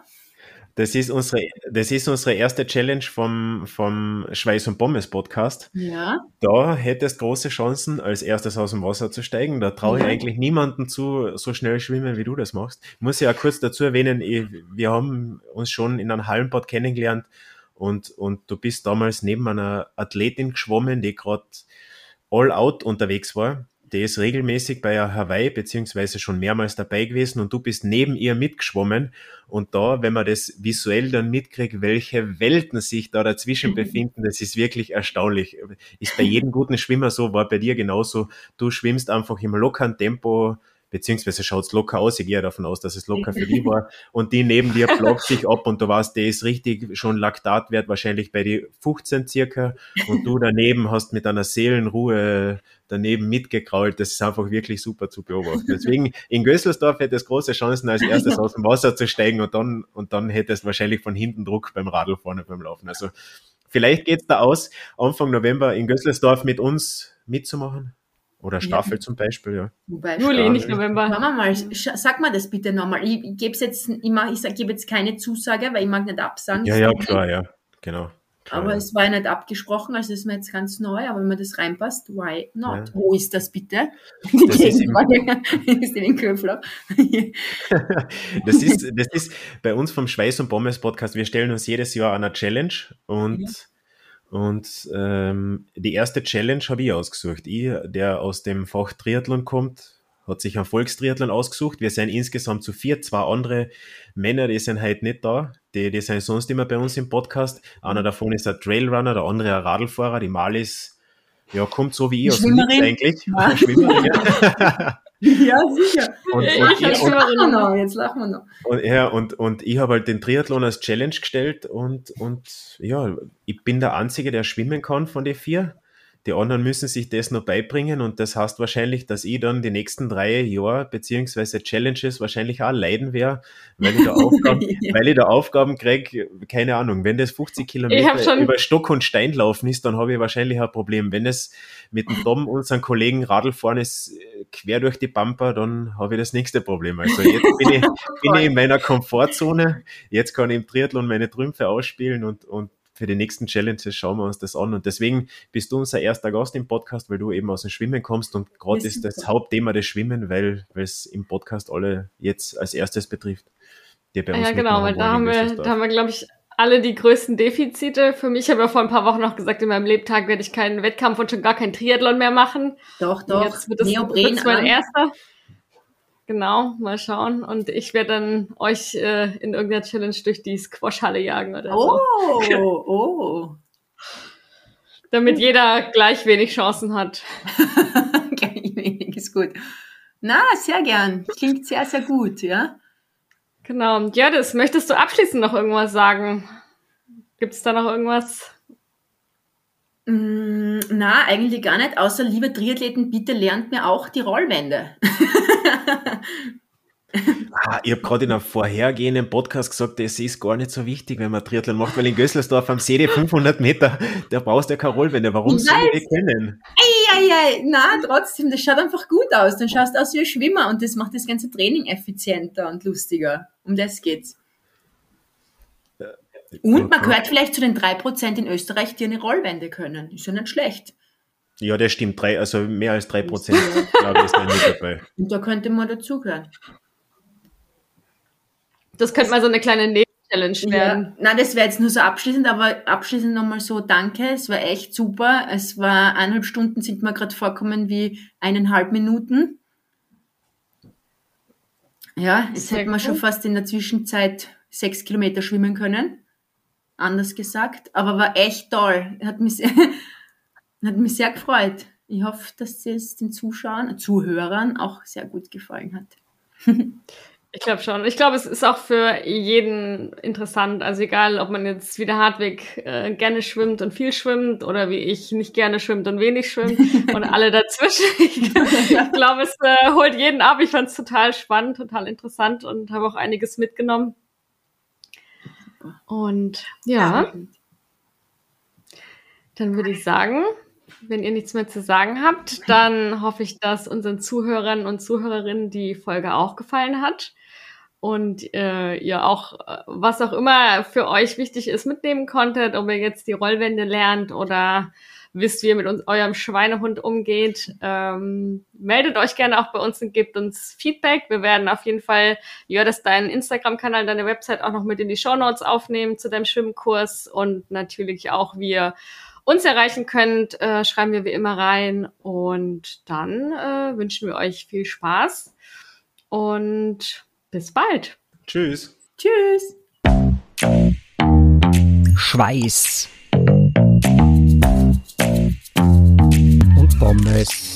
das ist unsere erste Challenge vom Schweiß und Pommes Podcast. Ja, Da hättest große Chancen, als erstes aus dem Wasser zu steigen. Da traue ich ja. eigentlich niemanden zu, so schnell schwimmen, wie du das machst. Ich muss ja kurz dazu erwähnen, wir haben uns schon in einem Hallenbad kennengelernt und du bist damals neben einer Athletin geschwommen, die gerade all out unterwegs war. Die ist regelmäßig bei Hawaii beziehungsweise schon mehrmals dabei gewesen und du bist neben ihr mitgeschwommen und da, wenn man das visuell dann mitkriegt, welche Welten sich da dazwischen befinden, das ist wirklich erstaunlich. Ist bei jedem guten Schwimmer so, war bei dir genauso. Du schwimmst einfach im lockeren Tempo, beziehungsweise schaut's locker aus. Ich gehe davon aus, dass es locker für die war. Und die neben dir plagt sich ab und du weißt, der ist richtig schon Laktatwert wahrscheinlich bei die 15 circa und du daneben hast mit einer Seelenruhe daneben mitgekrault. Das ist einfach wirklich super zu beobachten. Deswegen in Gösselsdorf hätte es große Chancen, als erstes aus dem Wasser zu steigen und dann hättest wahrscheinlich von hinten Druck beim Radl vorne beim Laufen. Also vielleicht geht's da aus, Anfang November in Gösselsdorf mit uns mitzumachen. Oder Ja. Staffel zum Beispiel, ja. Wobei, Juli, nicht Schauen November. wir mal, sag mal das bitte nochmal. Ich gebe jetzt, gebe jetzt keine Zusage, weil ich mag nicht absagen. Ja, ja, klar, ja. Genau. Klar, Aber ja. es war ja nicht abgesprochen, also ist mir jetzt ganz neu, aber wenn mir das reinpasst, why not? Ja. Wo ist das bitte? Das ist im- ist in den Köfler. Das ist bei uns vom Schweiß und Pommes Podcast. Wir stellen uns jedes Jahr einer Challenge und die erste Challenge habe ich ausgesucht. Ich, der aus dem Fach Triathlon kommt, hat sich einen Volkstriathlon ausgesucht. Wir sind insgesamt zu 4, 2 andere Männer, die sind heute nicht da. Die sind sonst immer bei uns im Podcast. Einer davon ist ein Trailrunner, der andere ein Radlfahrer. Die Malis, ja, kommt so wie ich aus dem Nichts Schwimmerin. eigentlich. Ja. Schwimmerin, ja. Ja, sicher. Und, Ich und, als ich, und, Lachen wir noch, jetzt lachen wir noch. und ich habe halt den Triathlon als Challenge gestellt und ja, ich bin der Einzige, der schwimmen kann von den 4. Die anderen müssen sich das noch beibringen und das heißt wahrscheinlich, dass ich dann die nächsten 3 Jahre beziehungsweise Challenges wahrscheinlich auch leiden werde, weil ich da Aufgaben kriege, keine Ahnung, wenn das 50 Kilometer über Stock und Stein laufen ist, dann habe ich wahrscheinlich ein Problem. Wenn es mit dem Tom, unseren Kollegen, Radl fahren ist quer durch die Pampa, dann habe ich das nächste Problem. Also jetzt bin ich in meiner Komfortzone, jetzt kann ich im Triathlon meine Trümpfe ausspielen und für die nächsten Challenges schauen wir uns das an. Und deswegen bist du unser erster Gast im Podcast, weil du eben aus dem Schwimmen kommst. Und gerade ist das Hauptthema das Schwimmen, weil es im Podcast alle jetzt als erstes betrifft. Die bei uns ja, genau, weil da haben wir, glaube ich, alle die größten Defizite. Für mich, ich habe ja vor ein paar Wochen noch gesagt, in meinem Lebtag werde ich keinen Wettkampf und schon gar keinen Triathlon mehr machen. Doch, Jetzt wird es mein erster. Genau, mal schauen. Und ich werde dann euch in irgendeiner Challenge durch die Squashhalle jagen oder so. Oh. Damit jeder gleich wenig Chancen hat. Gleich wenig ist gut. Na, sehr gern. Klingt sehr, sehr gut, ja. Genau. Jördis, möchtest du abschließend noch irgendwas sagen? Gibt es da noch irgendwas? Na, eigentlich gar nicht, außer liebe Triathleten, bitte lernt mir auch die Rollwände. Ich habe gerade in einem vorhergehenden Podcast gesagt, das ist gar nicht so wichtig, wenn man Triathlon macht, weil in Gösselsdorf am See die 500 Meter, da brauchst du ja keine Rollwände. Warum soll ich die können? Na, trotzdem, das schaut einfach gut aus. Dann schaust du aus wie ein Schwimmer und das macht das ganze Training effizienter und lustiger. Um das geht's. Und man gehört vielleicht zu den 3% in Österreich, die eine Rollwände können. Ist ja nicht schlecht. Ja, das stimmt. Also mehr als 3%, glaube ich, ist noch nicht dabei. Und da könnte man dazugehören. Das könnte mal so eine kleine Neben-Challenge werden. Ja, nein, das wäre jetzt nur so abschließend, aber abschließend nochmal so, danke, es war echt super. Es war 1,5 Stunden, sind mir gerade vorkommen wie 1,5 Minuten. Ja, jetzt hätten wir schon fast in der Zwischenzeit 6 Kilometer schwimmen können. anders gesagt, aber war echt toll. Hat mich sehr gefreut. Ich hoffe, dass es den Zuhörern auch sehr gut gefallen hat. Ich glaube schon. Ich glaube, es ist auch für jeden interessant. Also egal, ob man jetzt wie der Hartwig gerne schwimmt und viel schwimmt oder wie ich nicht gerne schwimmt und wenig schwimmt und alle dazwischen. Ich glaube, es holt jeden ab. Ich fand es total spannend, total interessant und habe auch einiges mitgenommen. Und ja, dann würde ich sagen, wenn ihr nichts mehr zu sagen habt, dann hoffe ich, dass unseren Zuhörern und Zuhörerinnen die Folge auch gefallen hat und ihr auch, was auch immer für euch wichtig ist, mitnehmen konntet, ob ihr jetzt die Rollwände lernt oder wisst, wie ihr mit eurem Schweinehund umgeht. Meldet euch gerne auch bei uns und gebt uns Feedback. Wir werden auf jeden Fall, Jördis, deinen Instagram-Kanal, deine Website auch noch mit in die Shownotes aufnehmen zu deinem Schwimmkurs und natürlich auch, wie ihr uns erreichen könnt, schreiben wir wie immer rein und dann wünschen wir euch viel Spaß und bis bald. Tschüss. Tschüss. Schweiß und Pommes.